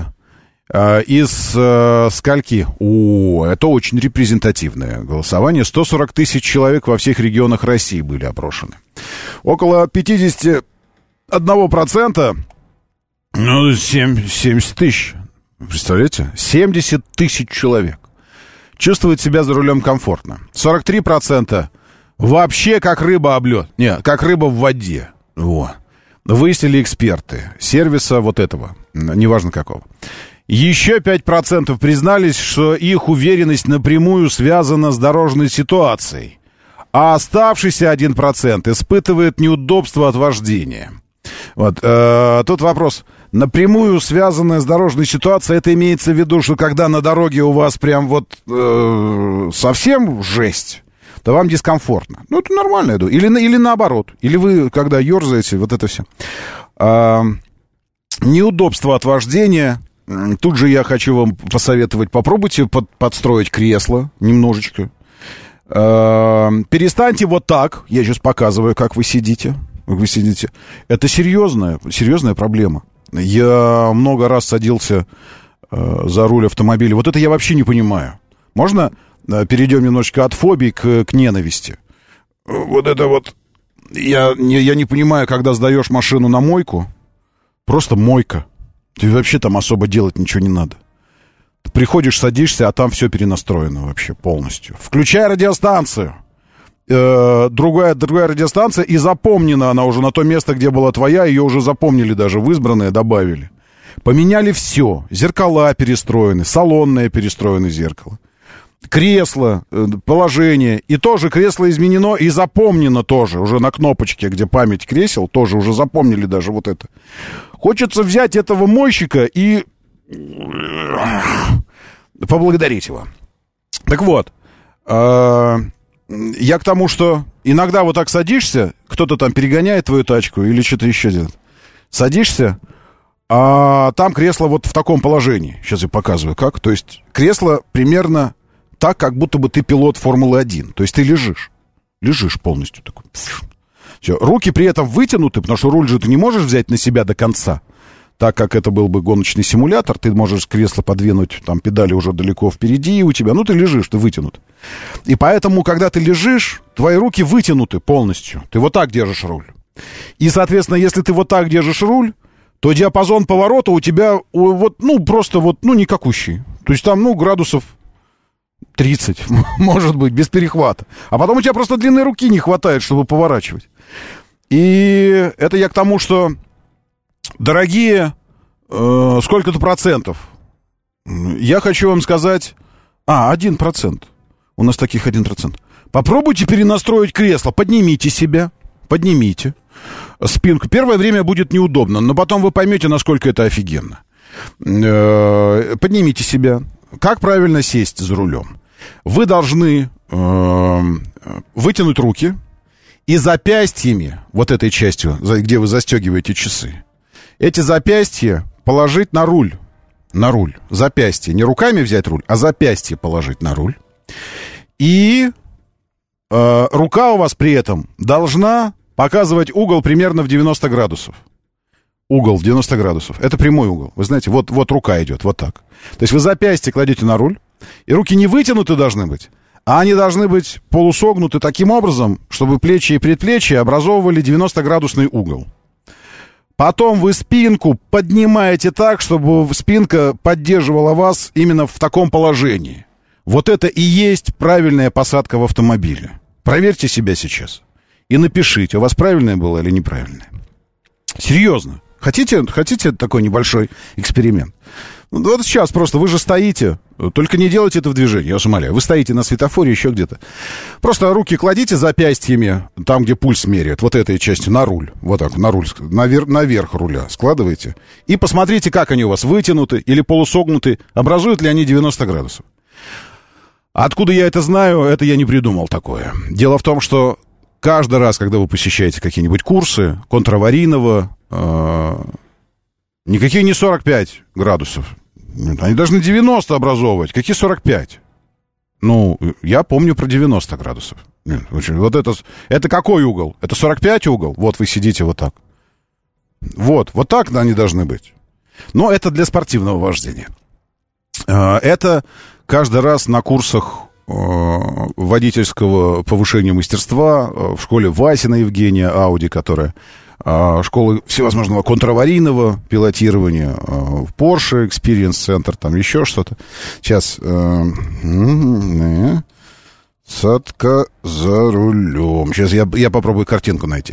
B: из скольки? Это очень репрезентативное голосование. 140 тысяч человек во всех регионах России были опрошены. Около 51%, 70 тысяч. Представляете? 70 тысяч человек чувствуют себя за рулем комфортно. 43% вообще как рыба об лед. Не, как рыба в воде. Во. Выяснили эксперты сервиса вот этого, неважно какого. Еще 5% признались, что их уверенность напрямую связана с дорожной ситуацией. А оставшийся 1% испытывает неудобство от вождения. Вот, тут вопрос... Напрямую связанная с дорожной ситуацией, это имеется в виду, что когда на дороге у вас прям вот совсем жесть, то вам дискомфортно. Ну, это нормально, я думаю. Или наоборот. Или вы, когда ерзаете, вот это все. Неудобство от вождения. Тут же я хочу вам посоветовать, попробуйте подстроить кресло немножечко. Перестаньте вот так. Я сейчас показываю, как вы сидите. Это серьезная проблема. Я много раз садился за руль автомобиля. Вот это я вообще не понимаю. Можно перейдем немножечко от фобии к ненависти? Вот это вот... Я не понимаю, когда сдаешь машину на мойку. Просто мойка. Тебе вообще там особо делать ничего не надо. Ты приходишь, садишься, а там все перенастроено вообще полностью. Включай радиостанцию. Другая радиостанция, и запомнена она уже на то место, где была твоя, ее уже запомнили даже, в избранное добавили. Поменяли все. Зеркала перестроены, салонное перестроено зеркало. Кресло, положение. И тоже кресло изменено и запомнено тоже. Уже на кнопочке, где память кресел, тоже уже запомнили даже вот это. Хочется взять этого мойщика и поблагодарить его. Так вот, я к тому, что иногда вот так садишься, кто-то там перегоняет твою тачку или что-то еще делает. Садишься, а там кресло вот в таком положении. Сейчас я показываю, как. То есть кресло примерно так, как будто бы ты пилот Формулы-1. То есть ты лежишь полностью такой. Все. Руки при этом вытянуты, потому что руль же ты не можешь взять на себя до конца. Так как это был бы гоночный симулятор, ты можешь кресло подвинуть, там педали уже далеко впереди у тебя. Ну, ты лежишь, ты вытянут. И поэтому, когда ты лежишь, твои руки вытянуты полностью. Ты вот так держишь руль. И, соответственно, если ты вот так держишь руль, то диапазон поворота у тебя вот, ну, просто вот, ну, никакущий. То есть там, ну, градусов 30, может быть, без перехвата. А потом у тебя просто длины руки не хватает, чтобы поворачивать. И это я к тому, что, дорогие, сколько-то процентов. Я хочу вам сказать... 1%. У нас таких 1%. Попробуйте перенастроить кресло. Поднимите себя. Поднимите спинку. Первое время будет неудобно, но потом вы поймете, насколько это офигенно. Поднимите себя. Как правильно сесть за рулем? Вы должны вытянуть руки и запястьями, вот этой частью, где вы застегиваете часы, эти запястья положить на руль. На руль. Запястье. Не руками взять руль, а запястье положить на руль. И рука у вас при этом должна показывать угол примерно в 90 градусов. Угол в 90 градусов. Это прямой угол. Вы знаете, вот рука идет, вот так. То есть вы запястье кладете на руль, и руки не вытянуты должны быть, а они должны быть полусогнуты таким образом, чтобы плечи и предплечья образовывали 90-градусный угол. Потом вы спинку поднимаете так, чтобы спинка поддерживала вас именно в таком положении. Вот это и есть правильная посадка в автомобиле. Проверьте себя сейчас и напишите, у вас правильное было или неправильное. Серьезно. Хотите такой небольшой эксперимент? Вот сейчас просто вы же стоите, только не делайте это в движении, я вас умоляю. Вы стоите на светофоре, еще где-то. Просто руки кладите запястьями, там, где пульс меряет, вот этой частью, на руль. Вот так, на руль, наверх руля складываете. И посмотрите, как они у вас вытянуты или полусогнуты, образуют ли они 90 градусов. Откуда я это знаю, это я не придумал такое. Дело в том, что каждый раз, когда вы посещаете какие-нибудь курсы контраварийного, никакие не 45 градусов. Они должны 90 образовывать. Какие 45? Ну, я помню про 90 градусов. Вот это какой угол? Это 45 угол? Вот вы сидите вот так. Вот так они должны быть. Но это для спортивного вождения. Это каждый раз на курсах водительского повышения мастерства в школе Васина Евгения Ауди, которая школы всевозможного контраварийного пилотирования, Porsche Experience Center, там еще что-то. Сейчас. Садка за рулем. Сейчас я попробую картинку найти.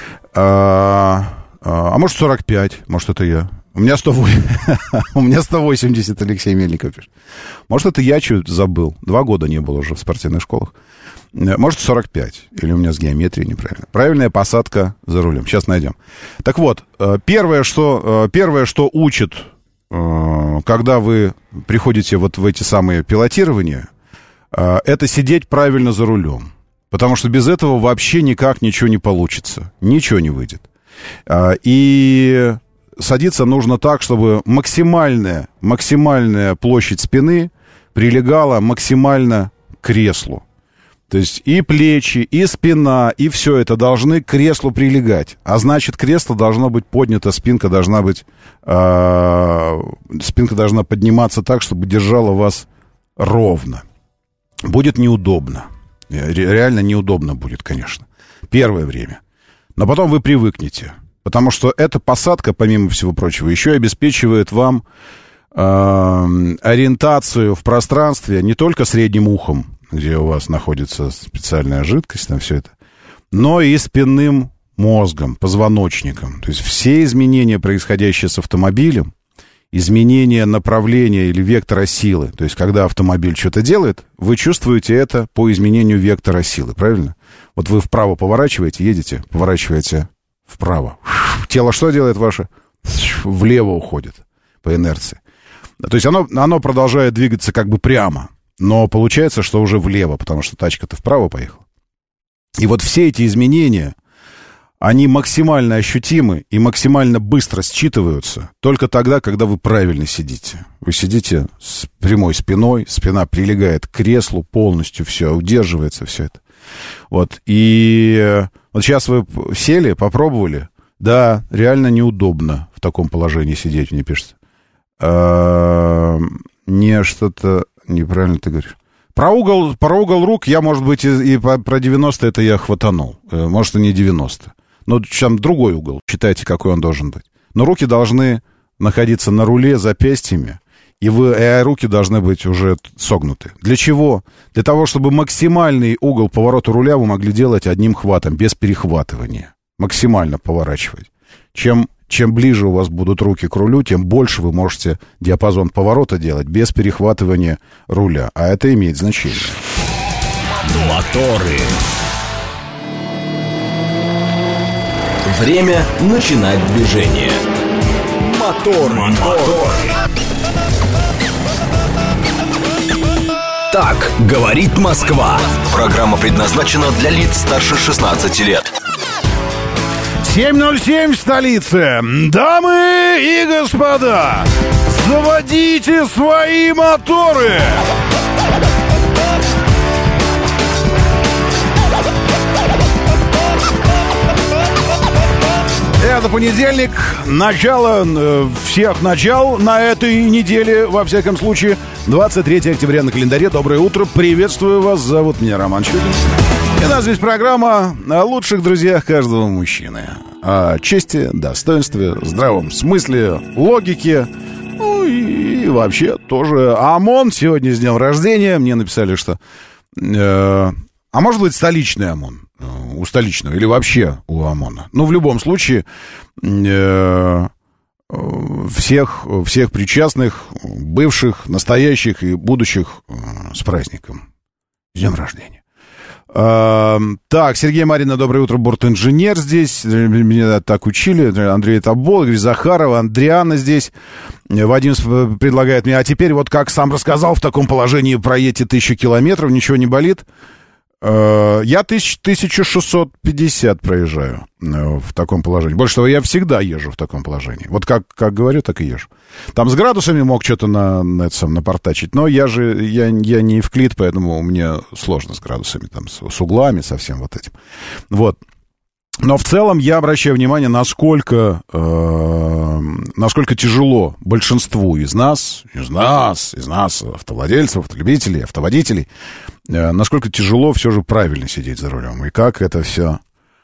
B: Может 45, может это я. У меня 180, Алексей Мельников пишет. Может, это я что-то забыл. 2 года не было уже в спортивных школах. Может, 45. Или у меня с геометрией неправильно. Правильная посадка за рулем. Сейчас найдем. Так вот, первое, что учат, когда вы приходите вот в эти самые пилотирования, это сидеть правильно за рулем. Потому что без этого вообще никак ничего не получится. Ничего не выйдет. И садиться нужно так, чтобы максимальная площадь спины прилегала максимально к креслу. То есть и плечи, и спина, и все это должны к креслу прилегать. А значит, кресло должно быть поднято, спинка должна подниматься так, чтобы держала вас ровно. Будет неудобно. Реально неудобно будет, конечно. Первое время. Но потом вы привыкнете. Потому что эта посадка, помимо всего прочего, еще и обеспечивает вам ориентацию в пространстве не только средним ухом, где у вас находится специальная жидкость, там все это, но и спинным мозгом, позвоночником. То есть все изменения, происходящие с автомобилем, изменение направления или вектора силы, то есть когда автомобиль что-то делает, вы чувствуете это по изменению вектора силы, правильно? Вот вы вправо поворачиваете, едете, поворачиваете вправо. Тело что делает ваше? Влево уходит по инерции. То есть оно продолжает двигаться как бы прямо, но получается, что уже влево, потому что тачка-то вправо поехала. И вот все эти изменения, они максимально ощутимы и максимально быстро считываются только тогда, когда вы правильно сидите. Вы сидите с прямой спиной, спина прилегает к креслу полностью, все, удерживается все это. Вот, и вот сейчас вы сели, попробовали. Да, реально неудобно в таком положении сидеть, мне пишется. Не что-то неправильно ты говоришь. Про угол рук я, может быть, и про 90 это я хватанул. Может, и не 90. Но там другой угол. Считайте, какой он должен быть. Но руки должны находиться на руле запястьями. и руки должны быть уже согнуты. Для чего? Для того, чтобы максимальный угол поворота руля вы могли делать одним хватом, без перехватывания. Максимально поворачивать. Чем ближе у вас будут руки к рулю, тем больше вы можете диапазон поворота делать без перехватывания руля. А это имеет значение.
A: Моторы. Время начинать движение. Мотор. Так говорит Москва. Программа предназначена для лиц старше 16 лет.
B: 7:07 в столице. Дамы и господа, заводите свои моторы. Это понедельник, начало всех начал на этой неделе, во всяком случае, 23 октября на календаре. Доброе утро, приветствую вас, зовут меня Роман Щукин. И у нас здесь программа о лучших друзьях каждого мужчины. О чести, достоинстве, здравом смысле, логике, ну и вообще тоже. ОМОН сегодня с днем рождения, мне написали, что... А может быть, столичный ОМОН? У столичного или вообще у ОМОНа. Ну, в любом случае, всех причастных, бывших, настоящих и будущих с праздником. С днем рождения. Так, Сергей Марина, доброе утро, бортинженер здесь. Меня так учили. Андрей Табол, Игорь Захаров, Андриана здесь. Вадим предлагает мне, а теперь вот как сам рассказал, в таком положении проедете 1000 километров, ничего не болит. Я 1650 проезжаю в таком положении. Больше того, я всегда езжу в таком положении. Вот как говорю, так и езжу. Там с градусами мог что-то напортачить, но я не евклид, поэтому мне сложно с градусами, там, с углами, со всем вот этим. Вот. Но в целом я обращаю внимание, насколько тяжело большинству из нас, автовладельцев, автолюбителей, автоводителей, насколько тяжело все же правильно сидеть за рулем. И как это все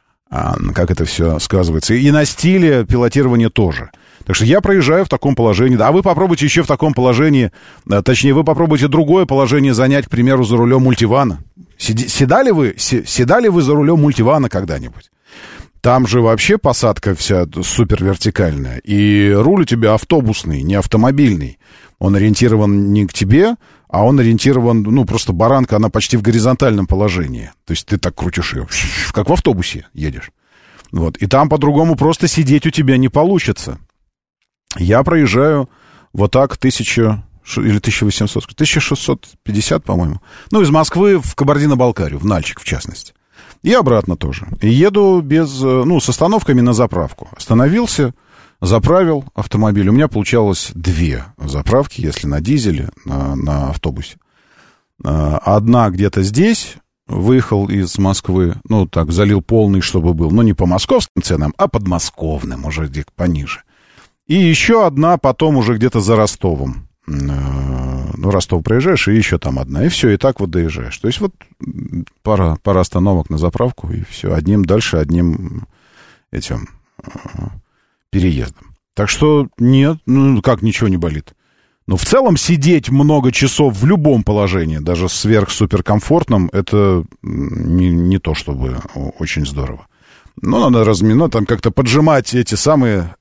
B: сказывается. И на стиле пилотирования тоже. Так что я проезжаю в таком положении. А вы попробуйте еще в таком положении, точнее, вы попробуйте другое положение занять, к примеру, за рулем мультивана. Седали вы за рулем мультивана когда-нибудь? Там же вообще посадка вся супер вертикальная. И руль у тебя автобусный, не автомобильный. Он ориентирован не к тебе, а он ориентирован, просто баранка, она почти в горизонтальном положении. То есть ты так крутишь ее, как в автобусе едешь. Вот. И там по-другому просто сидеть у тебя не получится. Я проезжаю вот так 1000 или 1800, 1650, по-моему. Из Москвы в Кабардино-Балкарию, в Нальчик, в частности. И обратно тоже. И еду с остановками на заправку. Остановился, заправил автомобиль. У меня получалось 2 заправки, если на дизеле, на автобусе. Одна где-то здесь, выехал из Москвы, залил полный, чтобы был, не по московским ценам, а подмосковным, уже где-то пониже. И еще одна потом уже где-то за Ростовом. Ростов проезжаешь, и еще там одна. И все, и так вот доезжаешь. То есть вот пара остановок на заправку, и все. Одним этим переездом. Так что нет, как ничего не болит. Но в целом сидеть много часов в любом положении, даже сверх-суперкомфортном, это не то, чтобы очень здорово. Надо разминать, там как-то поджимать эти самые,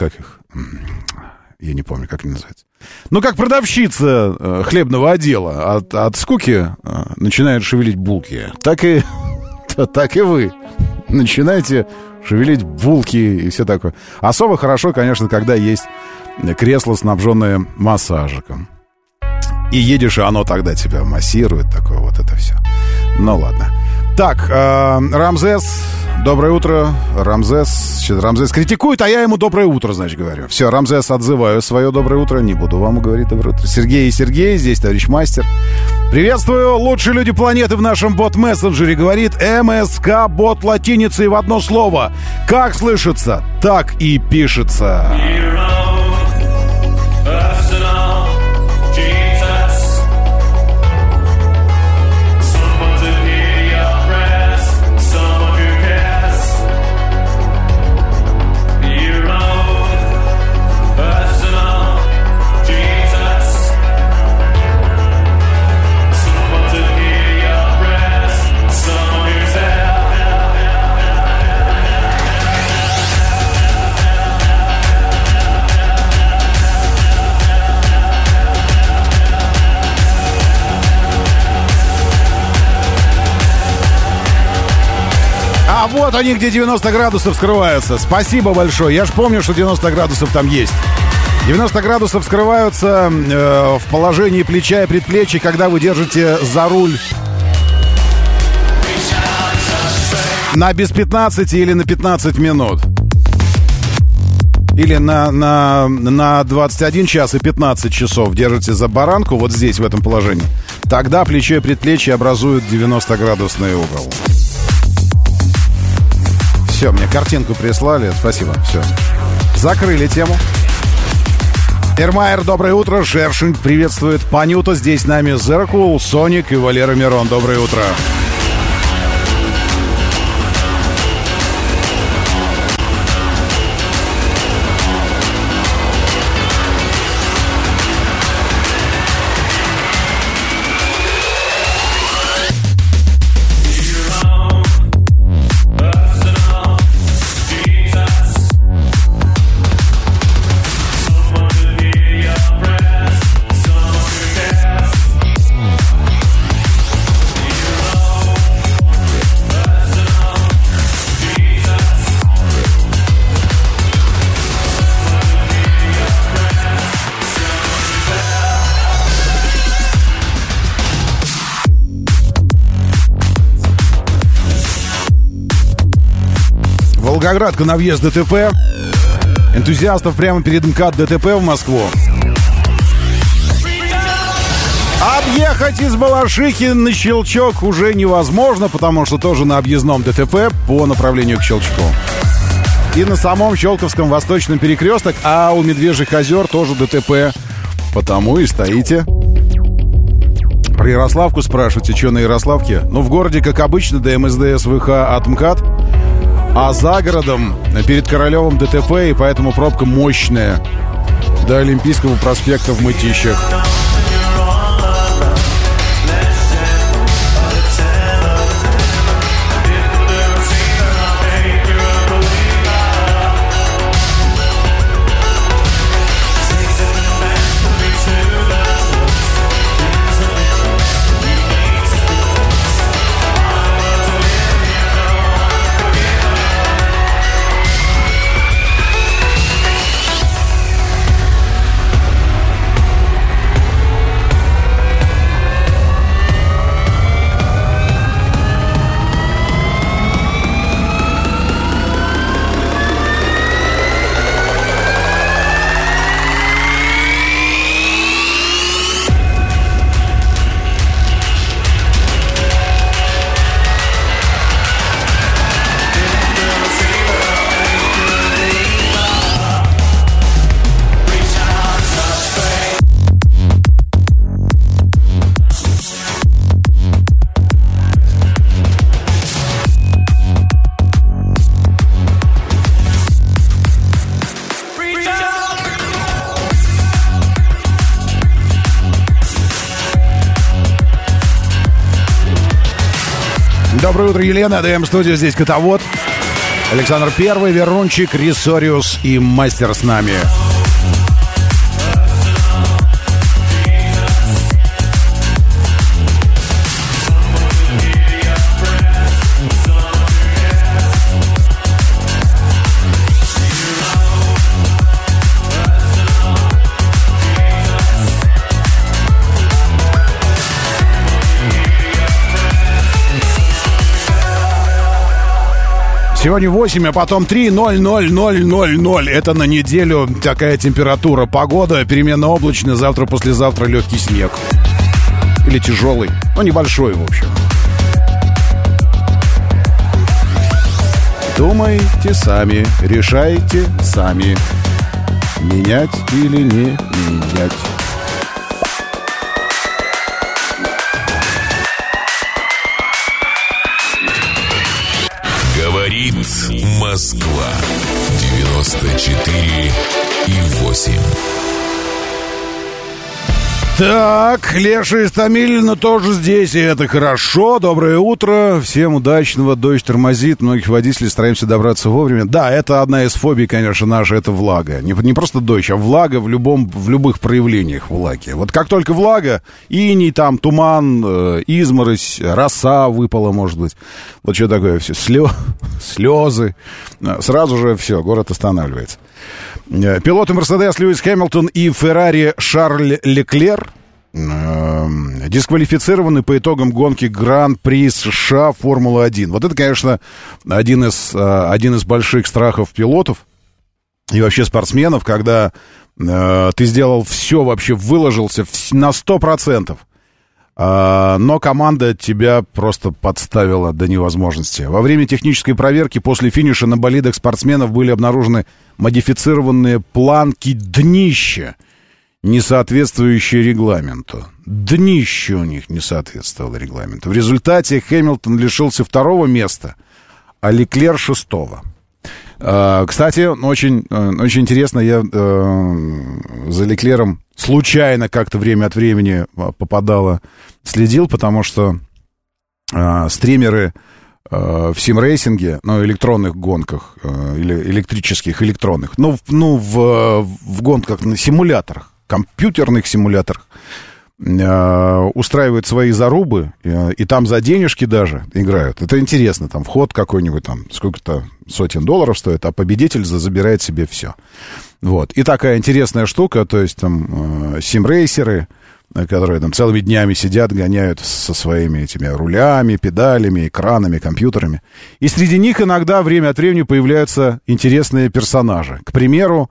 B: я не помню, как они называются. Как продавщица хлебного отдела от скуки начинает шевелить булки, так и вы начинаете шевелить булки и все такое. Особо хорошо, конечно, когда есть кресло, снабженное массажиком. И едешь, и оно тогда тебя массирует, такое вот это все. Ладно. Так, Рамзес, доброе утро. Рамзес критикует, а я ему доброе утро, значит, говорю. Все, Рамзес, отзываю свое доброе утро. Не буду вам говорить доброе утро. Сергей, здесь товарищ мастер. Приветствую, лучшие люди планеты в нашем бот-мессенджере. Говорит МСК, бот латиницей в одно слово. Как слышится, так и пишется. вот они, где 90 градусов скрываются. Спасибо большое. Я ж помню, что 90 градусов там есть. 90 градусов скрываются в положении плеча и предплечья, когда вы держите за руль на без 15 или на 15 минут. Или на 21 час и 15 часов держите за баранку вот здесь, в этом положении. Тогда плечо и предплечье образуют 90-градусный угол. Все, мне картинку прислали. Спасибо, все. Закрыли тему. Эрмайер, доброе утро. Шершень приветствует. Панюта, здесь с нами Зеркул, Соник и Валера Мирон. Доброе утро. Волгоградка на въезд ДТП. Энтузиастов прямо перед МКАД ДТП в Москву. Объехать из Балашихи на Щелчок уже невозможно, потому что тоже на объездном ДТП по направлению к Щелчку. И на самом Щелковском восточном перекресток, а у Медвежьих озер тоже ДТП. Потому и стоите. Про Ярославку спрашиваете, что на Ярославке? Ну, в городе, как обычно, до МСД СВХ от МКАД. А за городом, перед Королевым ДТП, и поэтому пробка мощная. До Олимпийского проспекта в Мытищах. Доброе утро, Елена. ДМ-студия, здесь Котовод. Александр Первый, Верунчик, Рисориус и Мастер с нами. Сегодня 8, а потом 3, 0, 0, 0, 0, 0. Это на неделю такая температура. Погода переменно облачная. Завтра, послезавтра легкий снег. Или тяжелый. Ну, небольшой, в общем. Думайте сами, решайте сами. Менять или не менять.
G: Говорит Москва 94,8.
B: Так, Леша из Томилина тоже здесь, и это хорошо. Доброе утро, всем удачного. Дождь тормозит, многих водителей стараемся добраться вовремя. Да, это одна из фобий, конечно, наша, это влага. Не просто дождь, а влага в любых проявлениях влаги. Вот как только влага, иней, там, туман, изморозь, роса выпала, может быть. Вот что такое все, слезы. Сразу же все, город останавливается. Пилоты Мерседес Льюис Хэмилтон и Феррари Шарль Леклер дисквалифицированы по итогам гонки Гран-при США Формулы-1. Вот это, конечно, один из больших страхов пилотов и вообще спортсменов, когда ты сделал все, вообще выложился на 100%, но команда тебя просто подставила до невозможности. Во время технической проверки после финиша на болидах спортсменов были обнаружены модифицированные планки днища, не соответствующие регламенту. Днище у них не соответствовало регламенту. В результате Хэмилтон лишился 2-го места, а Леклер 6-го. Кстати, очень интересно, я за Леклером случайно как-то время от времени следил, потому что стримеры в симрейсинге, электронных гонках, или электрических, электронных, в гонках на симуляторах, компьютерных симуляторах, устраивают свои зарубы, и там за денежки даже играют. Это интересно, там вход какой-нибудь, там сколько-то сотен долларов стоит, а победитель забирает себе все. Вот. И такая интересная штука, то есть там симрейсеры, которые там целыми днями сидят, гоняют со своими этими рулями, педалями, экранами, компьютерами. И среди них иногда время от времени появляются интересные персонажи. К примеру,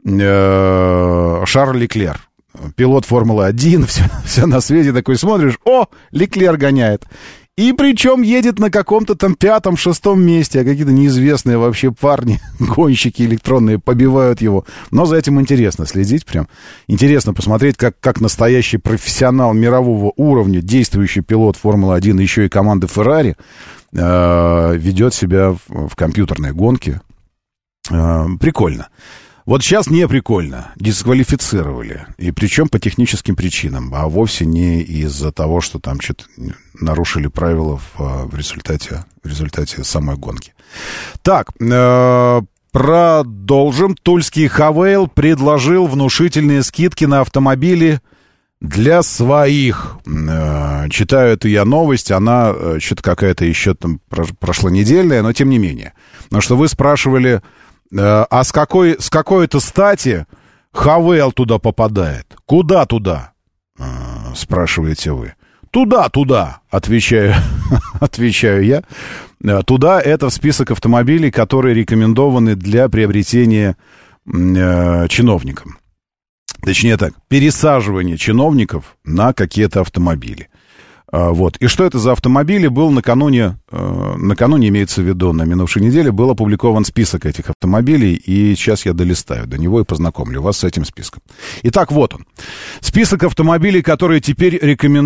B: Шарль Леклер, пилот Формулы-1, все на свете, такой смотришь, Леклер гоняет. И причем едет на каком-то там 5-6 месте, а какие-то неизвестные вообще парни, гонщики электронные, побивают его. Но за этим интересно следить прям. Интересно посмотреть, как настоящий профессионал мирового уровня, действующий пилот Формулы-1, еще и команды Феррари, ведет себя в компьютерной гонке. Прикольно. Вот сейчас не прикольно. Дисквалифицировали. И причем по техническим причинам, а вовсе не из-за того, что там что-то нарушили правила в результате самой гонки. Так, продолжим. Тульский Хавейл предложил внушительные скидки на автомобили для своих. Читаю эту я новость, она что-то какая-то еще там прошлонедельная, но тем не менее. Но что вы спрашивали... А с какой-то стати Хавейл туда попадает? Куда туда? Спрашиваете вы. Туда, отвечаю я. Туда — это в список автомобилей, которые рекомендованы для приобретения чиновникам. Точнее так, пересаживание чиновников на какие-то автомобили. Вот. И что это за автомобили? Был накануне имеется в виду, на минувшей неделе, был опубликован список этих автомобилей, и сейчас я долистаю до него и познакомлю вас с этим списком. Итак, вот он. Список автомобилей, которые теперь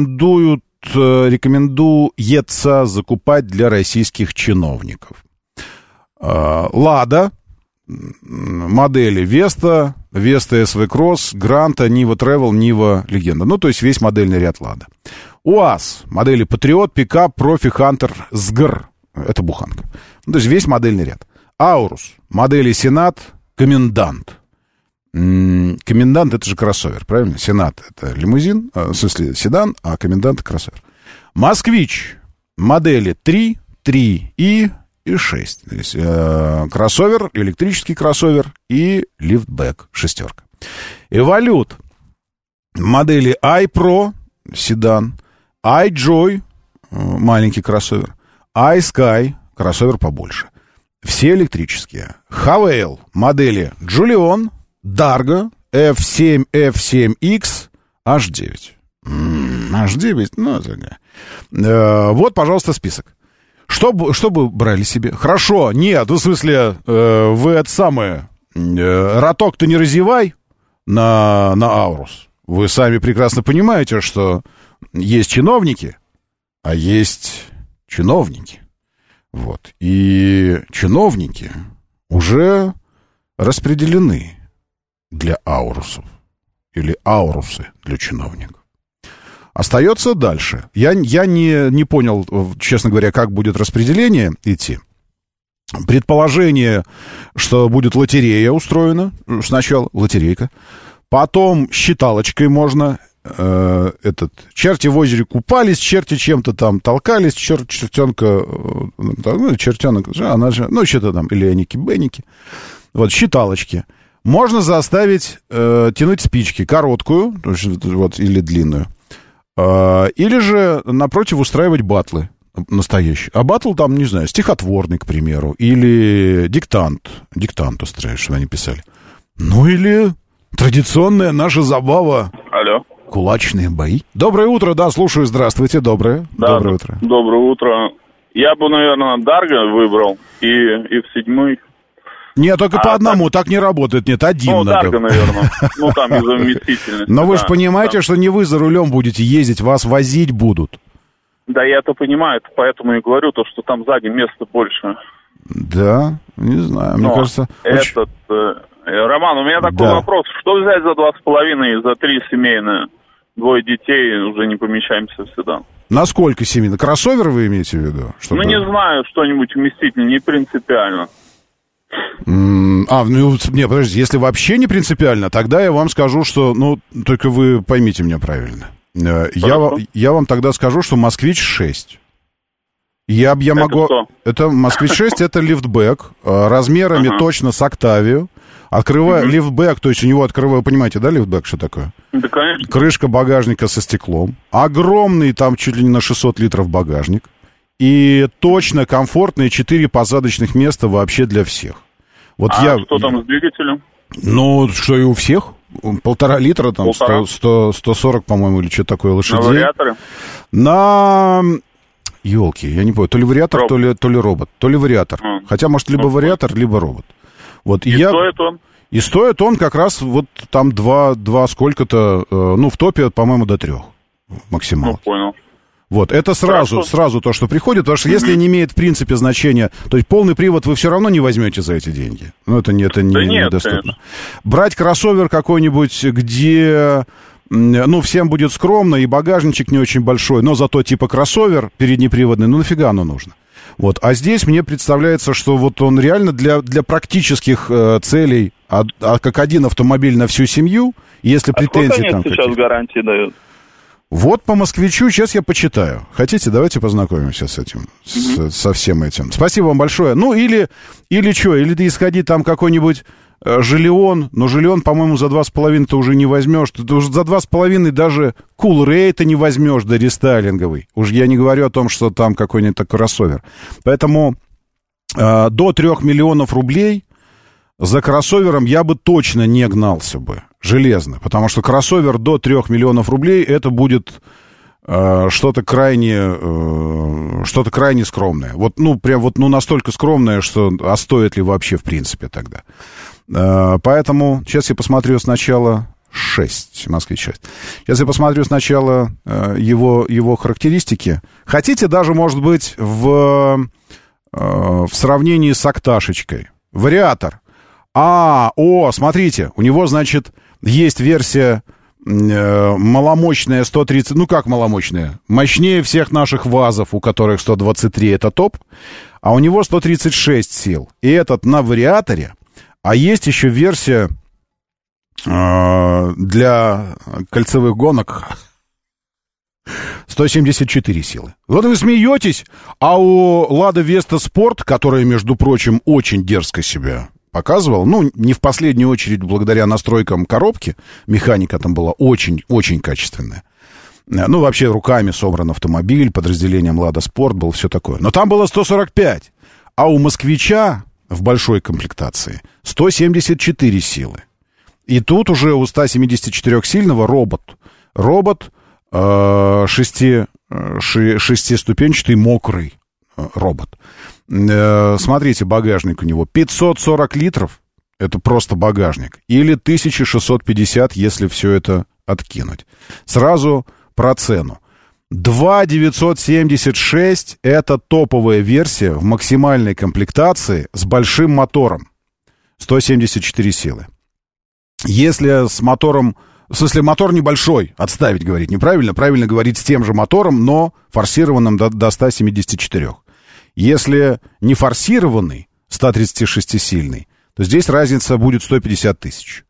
B: рекомендуется закупать для российских чиновников. «Лада», модели «Веста», «Веста СВ Кросс», «Гранта», «Нива Тревел», «Нива Легенда». То есть весь модельный ряд «Лада». УАЗ, модели «Патриот», «Пикап», «Профи», «Хантер», «Сгр». Это буханка. То есть весь модельный ряд. «Аурус», модели «Сенат», «Комендант». «Комендант» — это же кроссовер, правильно? «Сенат» — это лимузин, в смысле седан, а «Комендант» — кроссовер. «Москвич», модели 3, 3 и 6. То есть кроссовер, электрический кроссовер и лифтбэк, 6. «Эволют», модели iPro, седан, iJoy, маленький кроссовер, iSky, кроссовер побольше. Все электрические. Хавейл, модели Джулион, Дарго, F7, F7X, H9. H9, вот, пожалуйста, список. Что бы брали себе? Хорошо, нет, в смысле, вы это самое, роток-то не разевай на Аурус. Вы сами прекрасно понимаете, что есть чиновники, а есть чиновники. Вот. И чиновники уже распределены для аурусов. Или аурусы для чиновников. Остается дальше. Я не понял, честно говоря, как будет распределение идти. Предположение, что будет лотерея устроена. Сначала лотерейка. Потом считалочкой можно. Черти в озере купались, черти чем-то там толкались, чертенок, она же, что-то там, или эники-беники. Вот, считалочки. Можно заставить тянуть спички, короткую, вот, или длинную. Или же, напротив, устраивать батлы настоящие. А батл там, не знаю, стихотворный, к примеру, или диктант устраивать, что они писали. Ну, или традиционная наша забава.
H: Алло.
B: Кулачные бои. Доброе утро, да, слушаю, здравствуйте, доброе.
H: Да,
B: доброе утро.
H: Доброе утро. Я бы, наверное, Дарго выбрал и в 7-й.
B: Нет, только по одному, так не работает, нет, один надо.
H: Дарго, наверное, там из-за вместительности.
B: Но вы же понимаете, что не вы за рулем будете ездить, вас возить будут.
H: Да, я это понимаю, поэтому и говорю, что там сзади места больше.
B: Да, не знаю, мне кажется...
H: Роман, у меня такой вопрос. Что взять за 2,5 и за 3 семейные? 2 детей, уже не помещаемся в седан.
B: Насколько семейно? Кроссовер вы имеете в виду?
H: Чтобы... не знаю, что-нибудь вместительное, не принципиально.
B: Подождите, если вообще не принципиально, тогда я вам скажу, что, только вы поймите меня правильно. Я вам тогда скажу, что «Москвич-6». Я могу...
H: Что?
B: Это «Москвич-6», это лифтбэк, размерами точно с «Октавию». Открываю лифтбэк, то есть у него вы понимаете, да, лифтбэк, что такое?
H: Да, конечно.
B: Крышка багажника со стеклом. Огромный, там чуть ли не на 600 литров багажник. И точно комфортные 4 посадочных места вообще для всех. Вот
H: что там с двигателем?
B: Что и у всех. 1,5 литра, там 140, по-моему, или что-то такое лошадей.
H: На вариаторы?
B: Ёлки, я не помню, то ли вариатор, то ли робот. То ли вариатор. Хотя, может, либо вариатор, либо робот. Вот,
H: стоит он?
B: И стоит он как раз вот там 2 сколько-то, в топе, по-моему, до 3 максимально.
H: Понял.
B: Вот, это сразу то, что приходит, потому что если не имеет в принципе значения, то есть полный привод вы все равно не возьмете за эти деньги. Это недоступно. Конечно. Брать кроссовер какой-нибудь, где, всем будет скромно, и багажничек не очень большой, но зато типа кроссовер переднеприводный, нафига оно нужно? Вот, а здесь мне представляется, что вот он реально для практических целей, как один автомобиль на всю семью, если претензии там
H: какие-то. Сейчас гарантии дают?
B: Вот по «Москвичу» сейчас я почитаю. Хотите, давайте познакомимся с этим, со всем этим. Спасибо вам большое. Или исходи там какой-нибудь «Жилион», но «Жилион», по-моему, за 2,5 ты уже не возьмешь. Ты уже за 2,5 даже «Кулрей» ты не возьмешь, да рестайлинговый. Уж я не говорю о том, что там какой-нибудь кроссовер. Поэтому до 3 миллионов рублей за кроссовером я бы точно не гнался бы. Железно. Потому что кроссовер до 3 миллионов рублей это будет что-то крайне скромное. Настолько скромное, что стоит ли вообще в принципе тогда. Поэтому сейчас я посмотрю сначала 6, «Москвич-6». Сейчас я посмотрю сначала его характеристики. Хотите даже, может быть, в сравнении с «Окташечкой». Вариатор. Смотрите, у него, значит, есть версия маломощная 130... как маломощная? Мощнее всех наших ВАЗов, у которых 123 это топ, а у него 136 сил. И этот на вариаторе. А есть еще версия для кольцевых гонок 174 силы. Вот вы смеетесь, а у Лада Веста Спорт, которая, между прочим, очень дерзко себя показывал, не в последнюю очередь благодаря настройкам коробки, механика там была очень-очень качественная. Вообще руками собран автомобиль, подразделением Лада Спорт был, все такое. Но там было 145, а у «Москвича» в большой комплектации 174 силы. И тут уже у 174-сильного робот 6-ступенчатый мокрый робот. Смотрите, багажник у него 540 литров, это просто багажник, или 1650, если все это откинуть. Сразу про цену. 2,976 это топовая версия в максимальной комплектации с большим мотором, 174 силы. Если с мотором В смысле, мотор небольшой, отставить говорить неправильно. Правильно говорить с тем же мотором, но форсированным до 174. Если не форсированный, 136-сильный, то здесь разница будет 150 тысяч.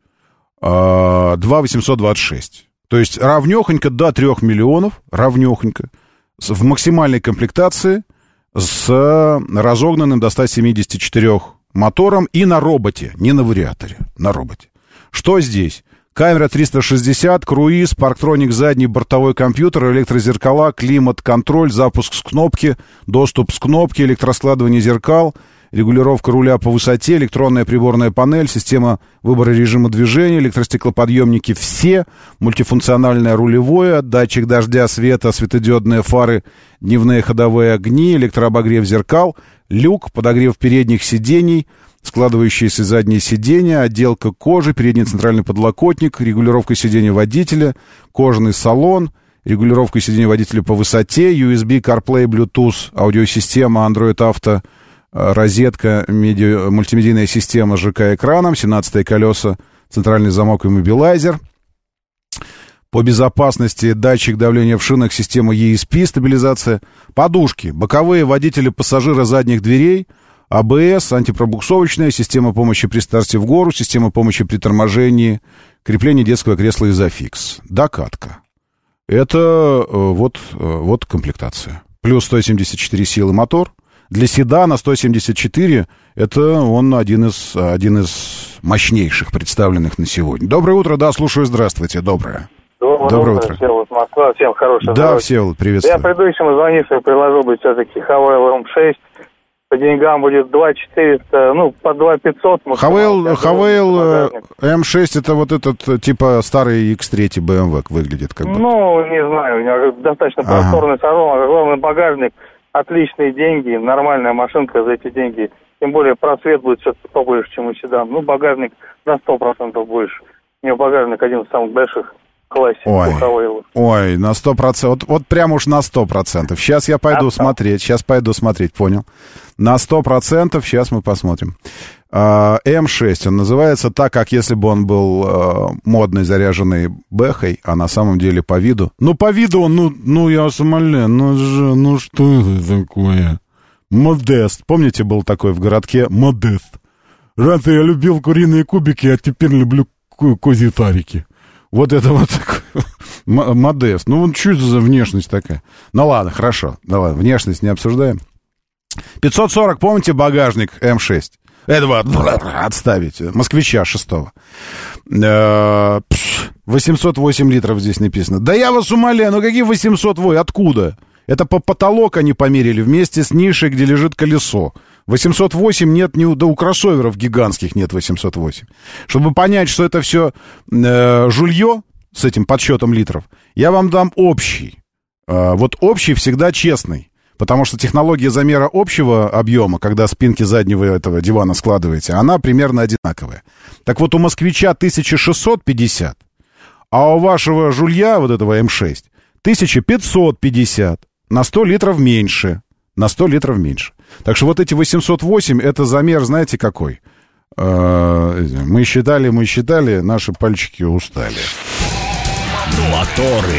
B: 2,826. То есть равнёхонько до 3 миллионов, равнёхонько, в максимальной комплектации с разогнанным до 174 мотором и на роботе, не на вариаторе, на роботе. Что здесь? Камера 360, круиз, парктроник задний, бортовой компьютер, электрозеркала, климат-контроль, запуск с кнопки, доступ с кнопки, электроскладывание зеркал, регулировка руля по высоте, электронная приборная панель, система выбора режима движения, электростеклоподъемники все, мультифункциональное рулевое, датчик дождя, света, светодиодные фары, дневные ходовые огни, электрообогрев зеркал, люк, подогрев передних сидений, складывающиеся задние сиденья, отделка кожи, передний центральный подлокотник, регулировка сидения водителя, кожаный салон, регулировка сидения водителя по высоте, USB, CarPlay, Bluetooth, аудиосистема, Android Auto, розетка, мультимедийная система с ЖК-экраном, 17-е колеса, центральный замок и мобилайзер. По безопасности датчик давления в шинах, система ESP, стабилизация. Подушки, боковые водители пассажира задних дверей, АБС, антипробуксовочная, система помощи при старте в гору, система помощи при торможении, крепление детского кресла Изофикс. Докатка. Это вот комплектация. Плюс 174 силы мотор. Для седана 174 это он один из мощнейших представленных на сегодня. Доброе утро, да, слушаю, здравствуйте, доброе. Доброе утро.
C: Всеволод, Москва, всем хорошего
B: здоровья. Да, Всеволод, приветствую.
C: Я предыдущему звонившему предложил бы все-таки Хавейл М6. По деньгам будет 2,400, ну, по 2,500.
B: Хавейл М6 это вот этот, типа, старый X3 BMW выглядит как бы.
C: Ну, не знаю, у него достаточно просторный салон, а главный багажник, отличные деньги, нормальная машинка за эти деньги. Тем более просвет будет все-таки побольше, чем у седана. Ну, багажник на 100% больше. У него багажник один из самых больших.
B: Ой, на 100%. Вот прям уж на 100%. Сейчас я пойду смотреть, понял. На 100% сейчас мы посмотрим. М6, он называется так, как если бы он был модный, заряженный бэхой, а на самом деле по виду. Ну, по виду он, я умоляю, ну что это такое? Модест. Помните, был такой в городке Модест? Раньше я любил куриные кубики, а теперь люблю козьи тарики. Вот это вот такой Модест. Ну, что это за внешность такая? Ну, ладно, хорошо. Да ладно, внешность не обсуждаем. 540, помните багажник М6? Это отставить. Москвича 6-го. 808 литров здесь написано. Да я вас умоляю, ну какие 808? Откуда? Это по потолок они померили вместе с нишей, где лежит колесо. 808 нет, да у кроссоверов гигантских нет 808. Чтобы понять, что это все жулье с этим подсчетом литров, я вам дам общий. Вот общий всегда честный. Потому что технология замера общего объема, когда спинки заднего этого дивана складываете, она примерно одинаковая. Так вот, у москвича 1650, а у вашего жулья, вот этого М6, 1550. На 100 литров меньше. На 100 литров меньше. Так что вот эти 808, это замер, знаете, какой? Мы считали, наши пальчики устали.
A: Моторы.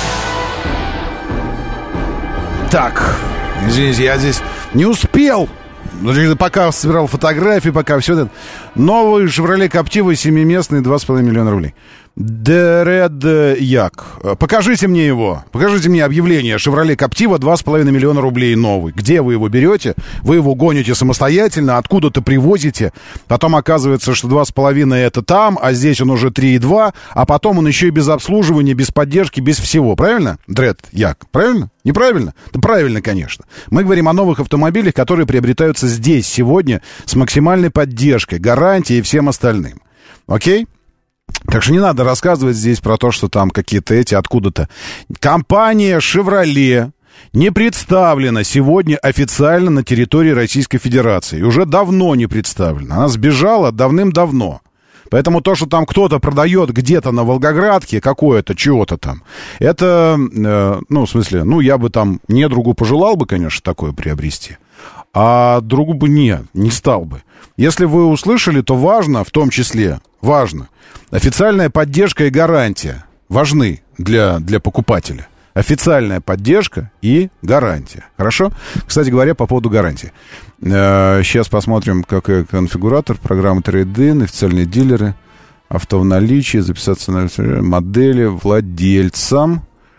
B: Так, извините, я здесь не успел. Пока собирал фотографии, пока все это. Новый Chevrolet Captiva 7-местный, 2,5 миллиона рублей. Дред Як. Покажите мне его. Покажите мне объявление. Chevrolet Captiva 2,5 миллиона рублей новый. Где вы его берете? Вы его гоните самостоятельно, откуда-то привозите. Потом оказывается, что 2,5 это там, а здесь он уже 3,2. А потом он еще и без обслуживания, без поддержки, без всего. Правильно? Дред Як. Правильно? Неправильно? Да правильно, конечно. Мы говорим о новых автомобилях, которые приобретаются здесь, сегодня, с максимальной поддержкой, гарантией и всем остальным. Окей? Так что не надо рассказывать здесь про то, что там какие-то откуда-то. Компания Chevrolet не представлена сегодня официально на территории Российской Федерации. И уже давно не представлена. Она сбежала давным-давно. Поэтому то, что там кто-то продает где-то на Волгоградке какое-то, чего-то там, это, в смысле, я бы там недругу пожелал бы, конечно, такое приобрести, а другу бы не стал бы. Если вы услышали, то важно, в том числе, важно. Официальная поддержка и гарантия важны для покупателя. Официальная поддержка и гарантия. Хорошо? Кстати говоря, по поводу гарантии. Сейчас посмотрим, какой конфигуратор программы Trade-in, официальные дилеры, авто в наличии, записаться на модели, владельцам.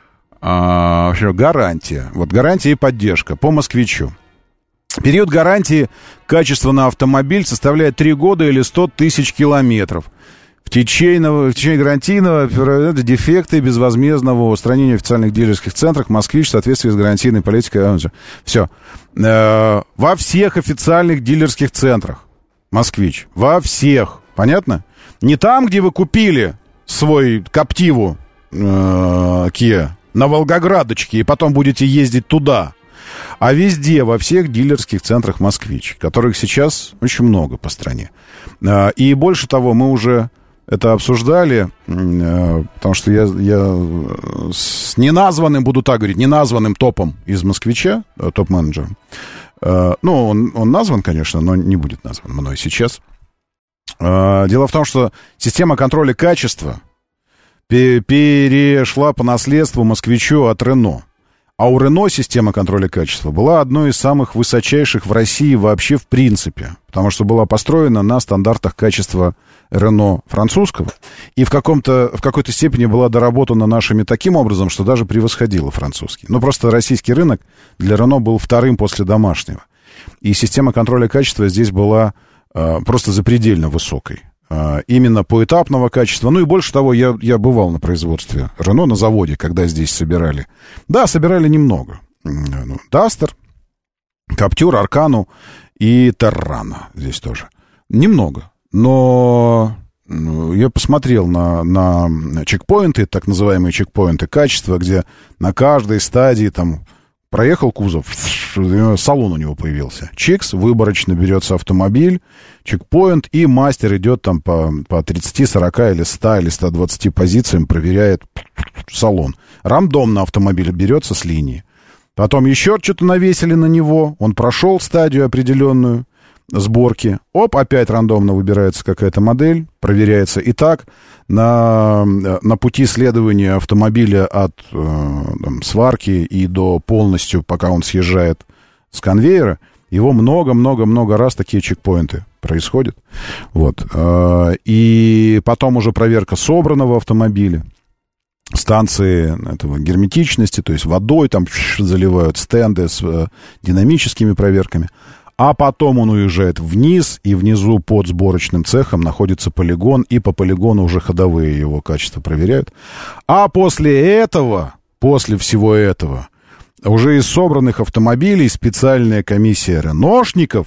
B: Гарантия. Вот гарантия и поддержка по «Москвичу». Период гарантии качества на автомобиль составляет 3 года или 100 тысяч километров. В течение гарантийного дефекты безвозмездного устранения в официальных дилерских центрах «Москвич» в соответствии с гарантийной политикой. Все. Во всех официальных дилерских центрах «Москвич». Во всех. Понятно? Не там, где вы купили свой Коптиву Kia на Волгоградочке и потом будете ездить туда, а везде, во всех дилерских центрах «Москвич», которых сейчас очень много по стране. И больше того, мы уже это обсуждали, потому что я с неназванным, буду так говорить, неназванным топом из «Москвича», топ-менеджером, ну, он назван, конечно, но не будет назван мной сейчас. Дело в том, что система контроля качества перешла по наследству «Москвичу» от «Рено». А у «Рено» система контроля качества была одной из самых высочайших в России вообще в принципе, потому что была построена на стандартах качества «Рено» французского и в какой-то степени была доработана нашими таким образом, что даже превосходила французский. Но просто российский рынок для «Рено» был вторым после домашнего. И система контроля качества здесь была просто запредельно высокой. Именно поэтапного качества. Ну и больше того, я бывал на производстве «Рено» на заводе, когда здесь собирали. Да, собирали немного. «Дастер», «Каптюр», «Аркану» и «Террана» здесь тоже. Немного. Но я посмотрел на чекпоинты, так называемые чекпоинты качества, где на каждой стадии там проехал кузов, салон у него появился. Чикс, выборочно берется автомобиль, чекпоинт, и мастер идет там по 30, 40 или 100 или 120 позициям, проверяет салон. Рандомно автомобиль берется с линии. Потом еще что-то навесили на него, он прошел стадию определенную сборки. Оп, опять рандомно выбирается какая-то модель, проверяется. И так на пути следования автомобиля от сварки и до полностью, пока он съезжает с конвейера, его много-много-много раз такие чекпоинты происходят. Вот. И потом уже проверка собранного автомобиля, станции этого герметичности, то есть водой там заливают, стенды с динамическими проверками. А потом он уезжает вниз, и внизу под сборочным цехом находится полигон, и по полигону уже ходовые его качества проверяют. А после всего этого, уже из собранных автомобилей специальная комиссия реношников,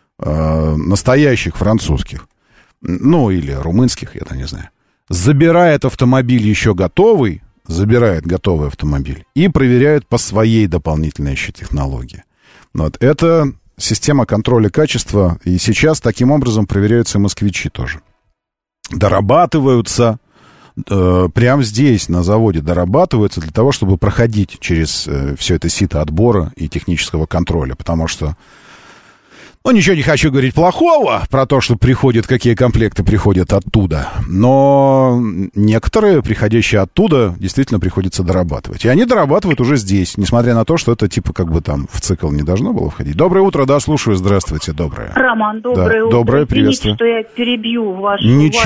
B: настоящих французских, ну или румынских, я-то не знаю, забирает автомобиль еще готовый, забирает готовый автомобиль и проверяет по своей дополнительной еще технологии. Вот это система контроля качества, и сейчас таким образом проверяются москвичи тоже. Дорабатываются, прямо здесь, на заводе, дорабатываются для того, чтобы проходить через все это сито отбора и технического контроля, потому что, ну, ничего не хочу говорить плохого про то, что какие комплекты приходят оттуда, но некоторые, приходящие оттуда, действительно приходится дорабатывать. И они дорабатывают уже здесь, несмотря на то, что это типа как бы там в цикл не должно было входить. Доброе утро, да, слушаю, здравствуйте, доброе.
I: Роман, доброе утро.
B: Доброе, приветствую.
I: Извините, что я перебью вашу...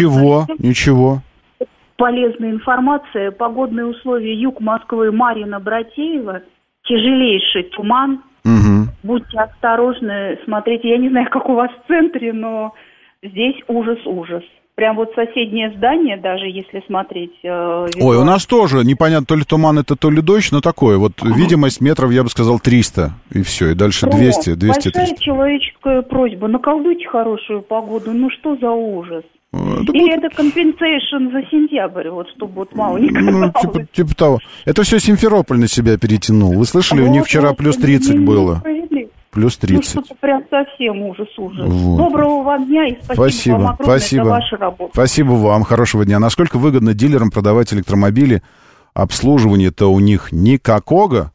B: Ничего.
I: Полезная информация. Погодные условия: юг Москвы, Марьино, Братеево, тяжелейший туман.
B: Угу.
I: Будьте осторожны, смотрите, я не знаю, как у вас в центре, но здесь ужас. Прям вот соседнее здание, даже если смотреть...
B: Ой, у нас тоже непонятно, то ли туман это, то ли дождь, но такое. Вот видимость метров, я бы сказал, 300, и все, и дальше 200, 200-300.
I: Большая человеческая просьба, наколдуйте хорошую погоду, ну что за ужас. Или это компенсейшн за сентябрь, вот чтобы вот мало не казалось.
B: Ну, типа того. Это все Симферополь на себя перетянул. Вы слышали, у них вчера плюс 30 было. Плюс 30.
I: Ну, что-то прям совсем ужас. Вот. Доброго вам дня и спасибо вам огромное за вашу работу.
B: Спасибо вам, хорошего дня. Насколько выгодно дилерам продавать электромобили? Обслуживание-то у них никакого.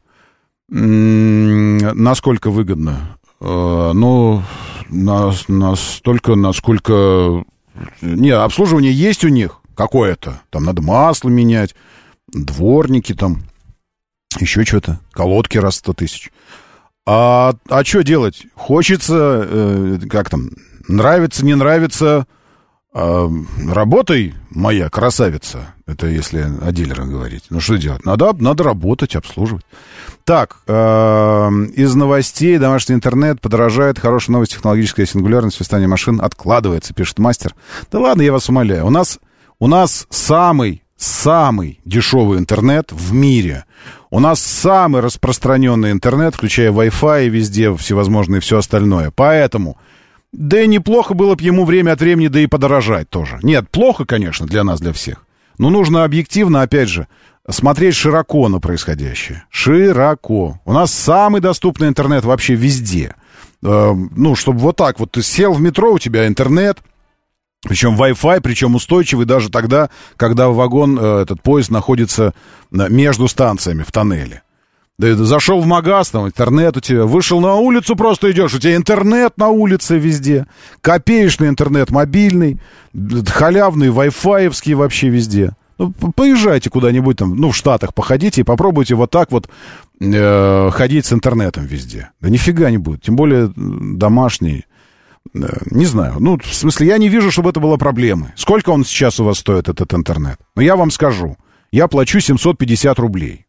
B: Насколько выгодно? Ну, настолько, насколько обслуживание есть у них какое-то. Там надо масло менять, дворники там, еще что-то, колодки раз 100 тысяч. А что делать? Хочется, нравится, не нравится, работай, моя красавица. Это если о дилерах говорить. Ну, что делать? Надо работать, обслуживать. Так, из новостей: домашний интернет подорожает. Хорошая новость: технологическая сингулярность в состоянии машин откладывается, пишет мастер. Да ладно, я вас умоляю. У нас самый дешевый интернет в мире. У нас самый распространенный интернет, включая Wi-Fi и везде всевозможные и все остальное. Поэтому, да и неплохо было бы ему время от времени, да и подорожать тоже. Нет, плохо, конечно, для нас, для всех. Но нужно объективно, опять же, смотреть широко на происходящее. Широко. У нас самый доступный интернет вообще везде. Чтобы вот так вот ты сел в метро, у тебя интернет. Причем Wi-Fi, причем устойчивый даже тогда, когда вагон, этот поезд находится между станциями в тоннеле. Да, зашел в магаз, там интернет у тебя, вышел на улицу, просто идешь, у тебя интернет на улице везде, копеечный интернет мобильный, халявный, вай-фаевский вообще везде. Поезжайте куда-нибудь там, в Штатах походите и попробуйте вот так вот ходить с интернетом везде. Да нифига не будет, тем более домашний. Не знаю. В смысле, я не вижу, чтобы это было проблемой. Сколько он сейчас у вас стоит, этот интернет? Я вам скажу. Я плачу 750 рублей.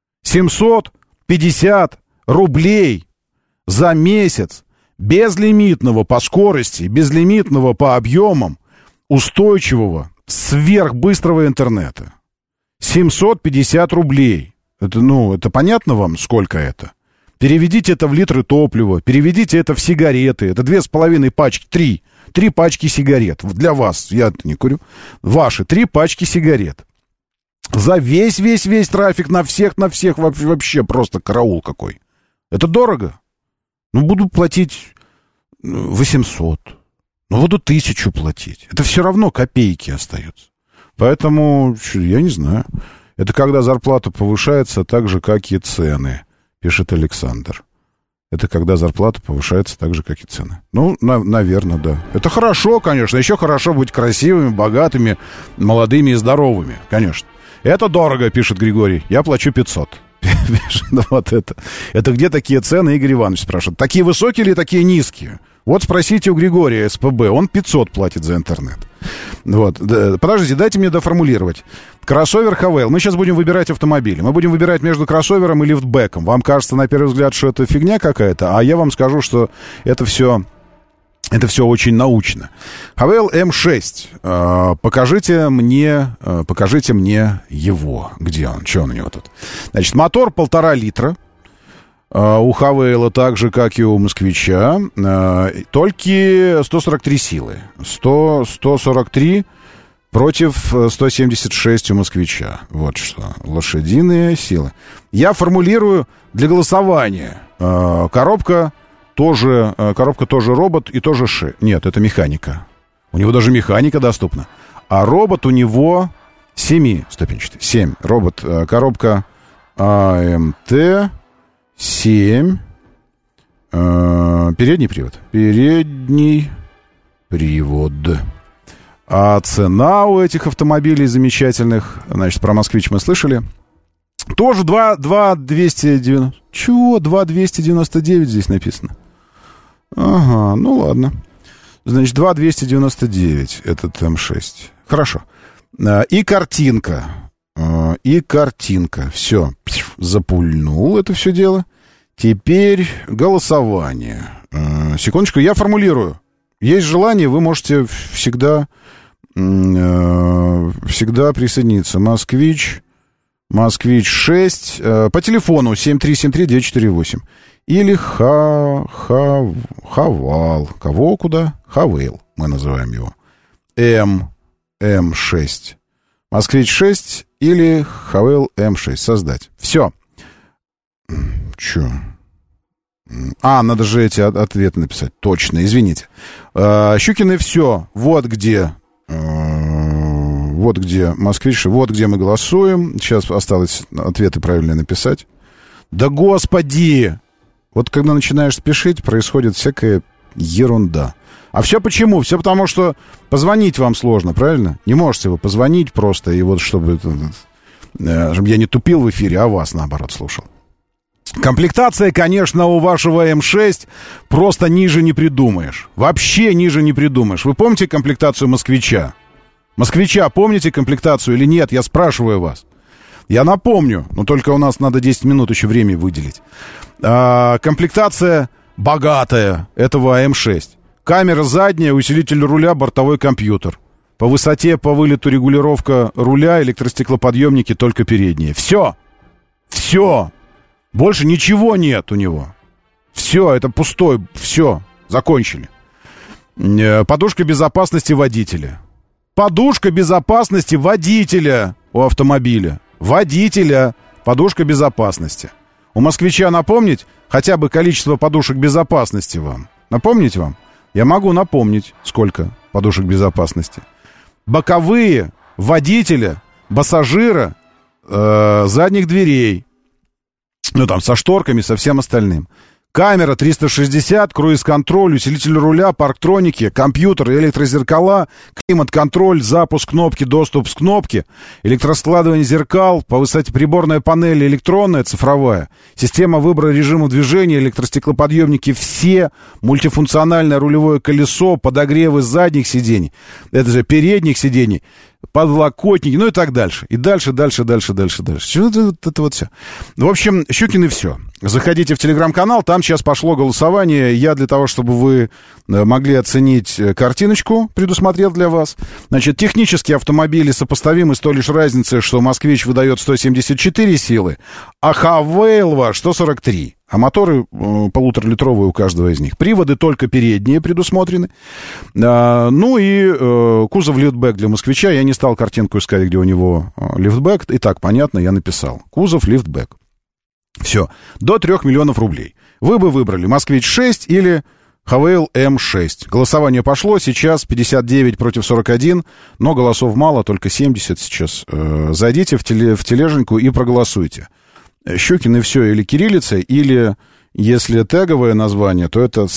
B: 750 рублей за месяц безлимитного по скорости, безлимитного по объемам, устойчивого, сверхбыстрого интернета. 750 рублей. Это понятно вам, сколько это? Переведите это в литры топлива, переведите это в сигареты. Это 2,5 пачки, 3 пачки сигарет. Для вас, я не курю. Ваши 3 пачки сигарет. За весь трафик, на всех, вообще просто караул какой. Это дорого. Буду платить 800. Буду 1000 платить. Это все равно копейки остаются. Поэтому, я не знаю. Это когда зарплата повышается так же, как и цены. Пишет Александр. Это когда зарплата повышается так же, как и цены. Наверное, да. Это хорошо, конечно. Еще хорошо быть красивыми, богатыми, молодыми и здоровыми. Конечно. Это дорого, пишет Григорий. Я плачу 500. Вот это. Это где такие цены, Игорь Иванович спрашивает. Такие высокие или такие низкие? Вот спросите у Григория СПБ. Он 500 платит за интернет. Вот. Подождите, дайте мне доформулировать. Кроссовер ХВЛ. Мы сейчас будем выбирать автомобили. Мы будем выбирать между кроссовером и лифтбеком. Вам кажется, на первый взгляд, что это фигня какая-то, а я вам скажу, что это все очень научно. ХВЛ М6. Покажите мне его. Где он? Что он у него тут? Значит, мотор 1,5 литра. У ХВЛ так же, как и у Москвича. Только 143 силы. 143 против 176 у Москвича. Вот что. Лошадиные силы. Я формулирую для голосования. Коробка тоже робот и тоже Нет, это механика. У него даже механика доступна. А робот у него 7-ступенчатый. 7. Робот. Коробка АМТ 7. Передний привод. Передний привод. А цена у этих автомобилей замечательных, значит, про «Москвич» мы слышали. Тоже 2,290. Чего? 2,299 здесь написано. Ага, ладно. Значит, 2,299 этот М6. Хорошо. И картинка. Все. Запульнул это все дело. Теперь голосование. Секундочку, я формулирую. Есть желание, вы можете всегда присоединиться. Москвич 6 по телефону 7373948. Или Хавал. Кого куда? Хавейл, мы называем его. М6. Москвич 6 или Хавейл М6. Создать. Все. Че? Надо же эти ответы написать. Точно, извините. Щукины все. Вот где Москвич, вот где мы голосуем. Сейчас осталось ответы правильно написать. Да господи! Вот когда начинаешь спешить, происходит всякая ерунда. А все почему? Все потому, что позвонить вам сложно, правильно? Не можете вы позвонить просто, и вот чтобы я не тупил в эфире, а вас, наоборот, слушал. Комплектация, конечно, у вашего М6 просто ниже не придумаешь. Вообще ниже не придумаешь. Вы помните комплектацию «Москвича»? «Москвича» помните комплектацию или нет? Я спрашиваю вас. Я напомню, но только у нас надо 10 минут еще времени выделить. Комплектация богатая этого М6. Камера задняя, усилитель руля, бортовой компьютер. По высоте, по вылету регулировка руля, электростеклоподъемники только передние. Все. Все. Больше ничего нет у него. Все, это пустой. Все. Закончили. Подушка безопасности водителя. Подушка безопасности водителя у автомобиля. Водителя. Подушка безопасности. У «Москвича» напомнить хотя бы количество подушек безопасности вам? Напомнить вам? Я могу напомнить, сколько подушек безопасности. Боковые, водителя, пассажира, задних дверей. Ну, там, со шторками, со всем остальным. Камера 360, круиз-контроль, усилитель руля, парктроники, компьютер, электрозеркала, климат-контроль, запуск кнопки, доступ с кнопки, электроскладывание зеркал, по высоте приборная панель электронная, цифровая, система выбора режима движения, электростеклоподъемники все, мультифункциональное рулевое колесо, подогревы задних сидений, это же передних сидений, подлокотники, ну и так дальше. И дальше. Это вот все. В общем, Щукин и все. Заходите в телеграм-канал, там сейчас пошло голосование. Я для того, чтобы вы могли оценить картиночку, предусмотрел для вас. Значит, технические автомобили сопоставимы с той лишь разницей, что «Москвич» выдает 174 силы, а «Хавейл» ваш 143. А моторы полуторалитровые у каждого из них. Приводы только передние предусмотрены. Ну и кузов лифтбэк для «Москвича». Я не стал картинку искать, где у него лифтбэк. И так, понятно, я написал. Кузов лифтбэк. Все. До 3 миллионов рублей. Вы бы выбрали «Москвич-6» или «Хавейл М6». Голосование пошло. Сейчас 59 против 41. Но голосов мало, только 70 сейчас. Зайдите в тележеньку и проголосуйте. Щукин и все, или кириллица, или, если теговое название, то это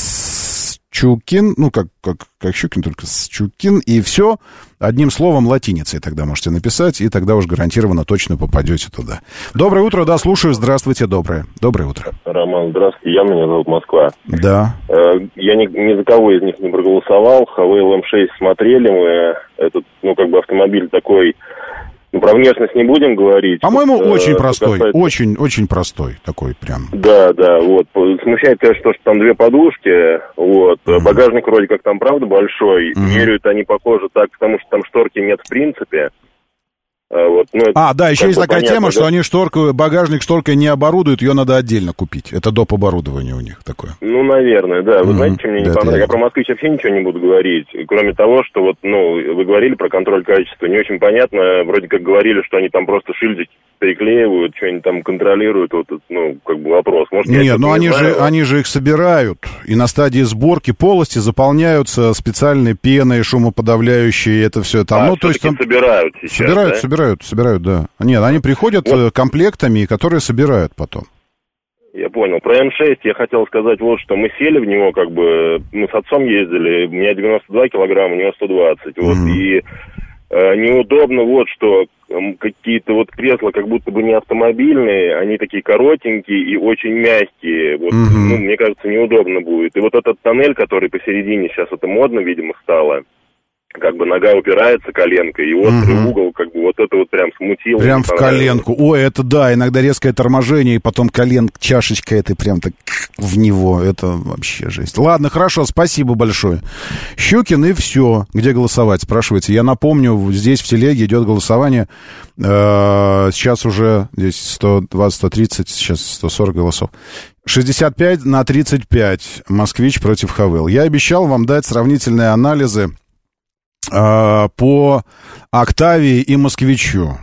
B: Чукин, ну, как Щукин, только Чукин, и все одним словом латиницей тогда можете написать, и тогда уж гарантированно точно попадете туда. Доброе утро, да, слушаю, здравствуйте, доброе утро.
J: Роман, здравствуйте, меня зовут Москва.
B: Да.
J: Я ни за кого из них не проголосовал, Хавейл М6 смотрели мы, этот, автомобиль такой... про внешность не будем говорить.
B: По-моему, очень простой. Очень простой такой прям.
J: Да, вот. Смущает, конечно, что там 2 подушки. Вот. Багажник вроде как там, правда, большой. Меряют они, похоже, так, потому что там шторки нет в принципе. Вот.
B: Да, еще есть такая тема, что они багажник шторкой не оборудуют, ее надо отдельно купить. Это доп. Оборудование у них такое.
J: Наверное, да. Вы знаете, что мне не понравилось? Я про «Москвич» вообще ничего не буду говорить. Кроме того, что вы говорили про контроль качества. Не очень понятно. Вроде как говорили, что они там просто шильдики переклеивают, что они там контролируют. Вопрос. Может,
B: нет, они же их собирают. И на стадии сборки полости заполняются специальной пеной, шумоподавляющей. Это все там. То есть там
J: собирают сейчас,
B: Собирают, да. Нет, они приходят комплектами, которые собирают потом.
J: Я понял. Про М6 я хотел сказать что мы сели в него, мы с отцом ездили, у меня 92 килограмма, у него 120, и неудобно что какие-то кресла как будто бы не автомобильные, они такие коротенькие и очень мягкие, мне кажется, неудобно будет. И этот тоннель, который посередине, сейчас это модно, видимо, стало, нога упирается коленкой, и острый угол, это прям смутило.
B: Прям в коленку. Ой, это да, иногда резкое торможение, и потом чашечка этой прям так в него. Это вообще жесть. Ладно, хорошо, спасибо большое. Щукин и все. Где голосовать, спрашиваете? Я напомню, здесь в телеге идет голосование. Сейчас уже здесь 120-130, сейчас 140 голосов. 65 на 35. «Москвич» против «Хавейл». Я обещал вам дать сравнительные анализы по «Октавии» и «Москвичу».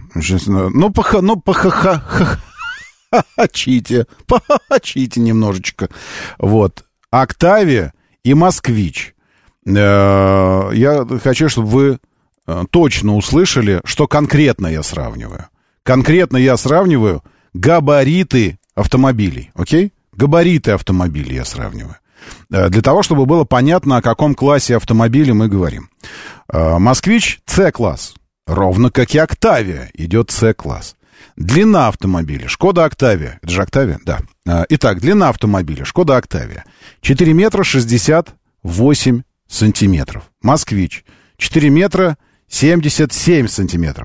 B: Похохочите немножечко. Вот. «Октавия» и «Москвич». Я хочу, чтобы вы точно услышали, что конкретно я сравниваю. Конкретно я сравниваю габариты автомобилей, окей? Габариты автомобилей я сравниваю. Для того, чтобы было понятно, о каком классе автомобиля мы говорим. «Москвич» — С-класс. Ровно как и «Октавия» идет С-класс. Длина автомобиля. «Шкода Октавия». Это же «Октавия»? Да. Итак, длина автомобиля. «Шкода Октавия». 4 метра 68 сантиметров. «Москвич». 4 метра 77 сантиметров.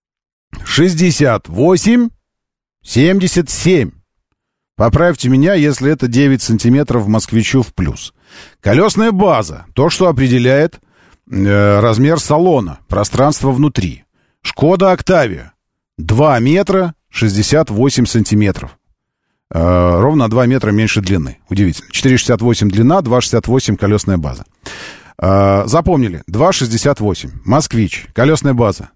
B: 68, 77. Поправьте меня, если это 9 сантиметров «Москвичу» в плюс. Колесная база. То, что определяет размер салона, пространство внутри. «Шкода Октавия». 2 метра 68 сантиметров. Ровно 2 метра меньше длины. Удивительно. 4,68 длина, 2,68 колесная база. Запомнили. 2,68. «Москвич». Колесная база.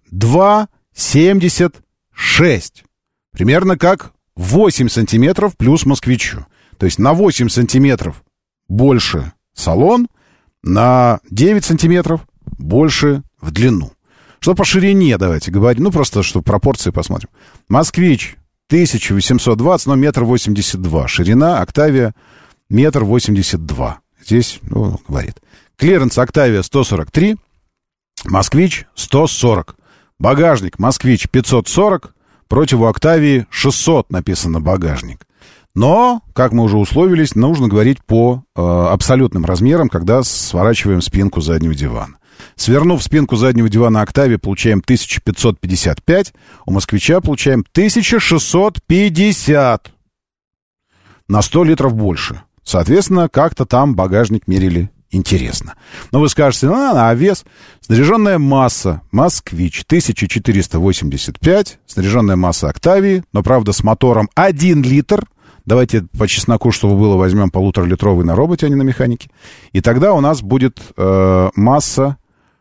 B: 2,76. Примерно как 8 сантиметров плюс «Москвичу». То есть на 8 сантиметров больше салон, на 9 сантиметров больше в длину. Что по ширине, давайте говорить. Ну, просто, чтобы пропорции посмотрим. «Москвич» 1820, но 1,82 м. Ширина, «Октавия» 1,82 м. Здесь, ну, говорит. Клиренс «Октавия» 143, «Москвич» 140. Багажник «Москвич» 540, против у «Октавии» 600 написано багажник. Но, как мы уже условились, нужно говорить по абсолютным размерам, когда сворачиваем спинку заднего дивана. Свернув спинку заднего дивана «Октавии», получаем 1555, у «Москвича» получаем 1650. На 100 литров больше. Соответственно, как-то там багажник мерили интересно. Но вы скажете, а вес? Снаряженная масса «Москвич» 1485, снаряженная масса «Октавии», но, правда, с мотором 1 литр. Давайте по чесноку, чтобы было, возьмем 1,5-литровый на роботе, а не на механике. И тогда у нас будет масса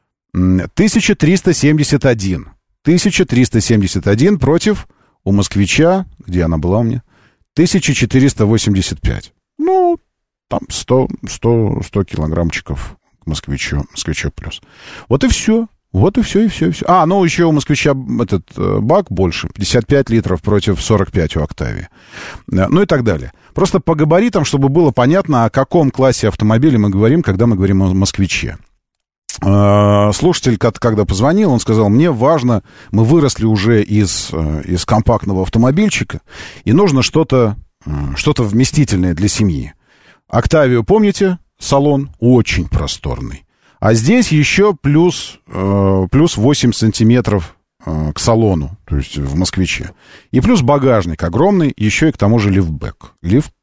B: 1371. 1371 против у «Москвича», где она была у меня, 1485. Ну, там 100 килограммчиков к «Москвичу» плюс. Вот и все. Вот и все. Ну, еще у «Москвича» этот бак больше. 55 литров против 45 у «Октавии». Ну и так далее. Просто по габаритам, чтобы было понятно, о каком классе автомобиля мы говорим, когда мы говорим о «Москвиче». Слушатель, когда позвонил, он сказал, мне важно, мы выросли уже из компактного автомобильчика, и нужно что-то вместительное для семьи. «Октавию», помните, салон очень просторный. А здесь еще плюс 8 сантиметров к салону, то есть в «Москвиче». И плюс багажник огромный, еще и к тому же лифтбэк.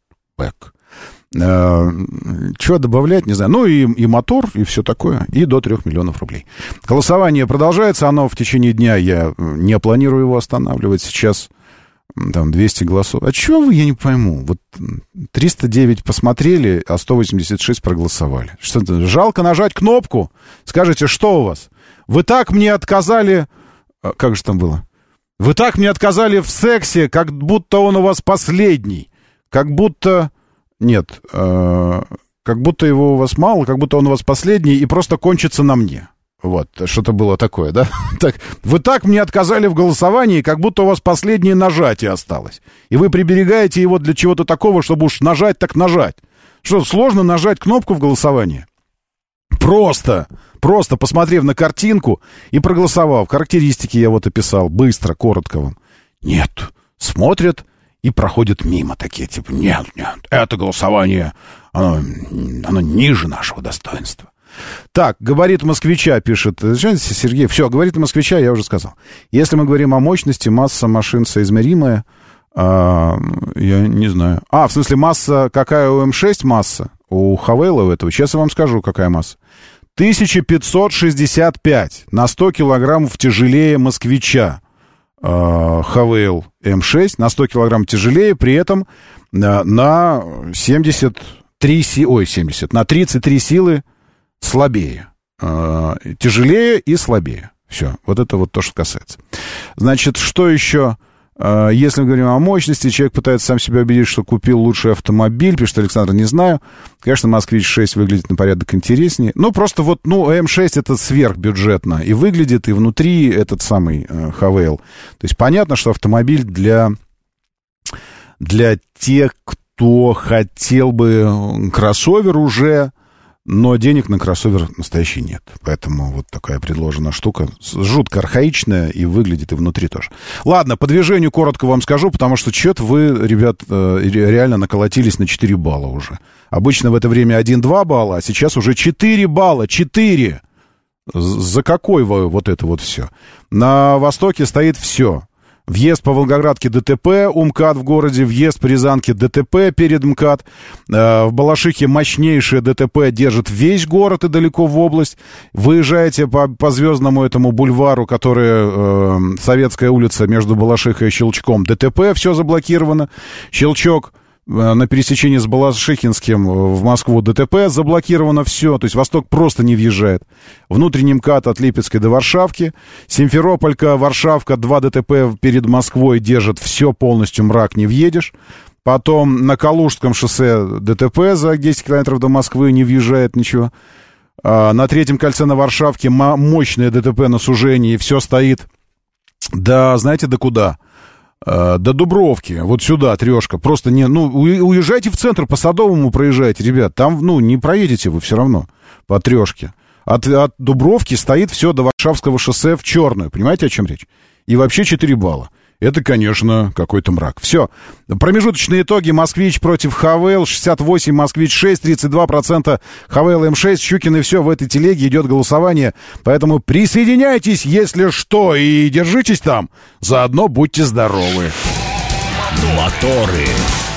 B: Чего добавлять, не знаю. Ну и мотор, и все такое. И до 3 миллионов рублей. Голосование продолжается. Оно в течение дня, я не планирую его останавливать. Сейчас там 200 голосов. А чего вы, я не пойму. Вот 309 посмотрели, а 186 проголосовали. Что-то жалко нажать кнопку. Скажите, что у вас? Вы так мне отказали... Как же там было? Вы так мне отказали в сексе, как будто он у вас последний. Как будто... Нет, как будто его у вас мало, как будто он у вас последний и просто кончится на мне. Вот, что-то было такое, да? Так, вы так мне отказали в голосовании, как будто у вас последнее нажатие осталось. И вы приберегаете его для чего-то такого, чтобы уж нажать, так нажать. Что, сложно нажать кнопку в голосовании? Просто посмотрев на картинку и проголосовав. Характеристики я вот описал, быстро, коротко вам. Нет, смотрят и проходят мимо такие, типа, нет, это голосование, оно ниже нашего достоинства. Так, габарит «Москвича» пишет Сергей. Все, габарит «Москвича» я уже сказал. Если мы говорим о мощности, масса машин соизмеримая, я не знаю. В смысле, масса, какая у М6 масса? У Хавейла у этого? Сейчас я вам скажу, какая масса. 1565 на 100 килограммов тяжелее «Москвича». Хавейл М6 на 100 килограмм тяжелее, при этом на 33 силы слабее. Тяжелее и слабее. Все, вот это вот то, что касается. Значит, что еще? Если мы говорим о мощности, человек пытается сам себя убедить, что купил лучший автомобиль, пишет Александр, не знаю. Конечно, «Москвич-6» выглядит на порядок интереснее. Ну, просто вот, М6 это сверхбюджетно. И выглядит, и внутри этот самый Хавейл. То есть понятно, что автомобиль для тех, кто хотел бы кроссовер уже, но денег на кроссовер настоящий нет. Поэтому вот такая предложена штука. Жутко архаичная и выглядит и внутри тоже. Ладно, по движению коротко вам скажу, потому что что-то вы, ребят, реально наколотились на 4 балла уже. Обычно в это время 1-2 балла, а сейчас уже 4 балла. 4! За какой вы вот это вот все? На востоке стоит все. Въезд по Волгоградке ДТП, УМКАД в городе, въезд по Рязанке ДТП перед МКАД. В Балашихе мощнейшее ДТП держит весь город и далеко в область. Выезжаете по звездному этому бульвару, который Советская улица между Балашихой и Щелчком. ДТП, все заблокировано. Щелчок на пересечении с Балашихинским в Москву ДТП, заблокировано все, то есть Восток просто не въезжает. Внутренний МКАД от Липецкой до Варшавки, Симферополька, Варшавка, 2 ДТП перед Москвой держат все полностью, мрак, не въедешь. Потом на Калужском шоссе ДТП за 10 километров до Москвы, не въезжает ничего. На Третьем кольце на Варшавке мощное ДТП на сужении, все стоит. Да, знаете, до куда? До Дубровки, вот сюда, трешка. Просто не, уезжайте в центр, по Садовому проезжайте, ребят. Там, не проедете вы все равно по трешке. От Дубровки стоит все до Варшавского шоссе в черную. Понимаете, о чем речь? И вообще 4 балла. Это, конечно, какой-то мрак. Все. Промежуточные итоги. Москвич против ХВЛ. 68, Москвич 6, 32% ХВЛ М6. Щукин и все. В этой телеге идет голосование. Поэтому присоединяйтесь, если что, и держитесь там. Заодно будьте здоровы.
G: Моторы.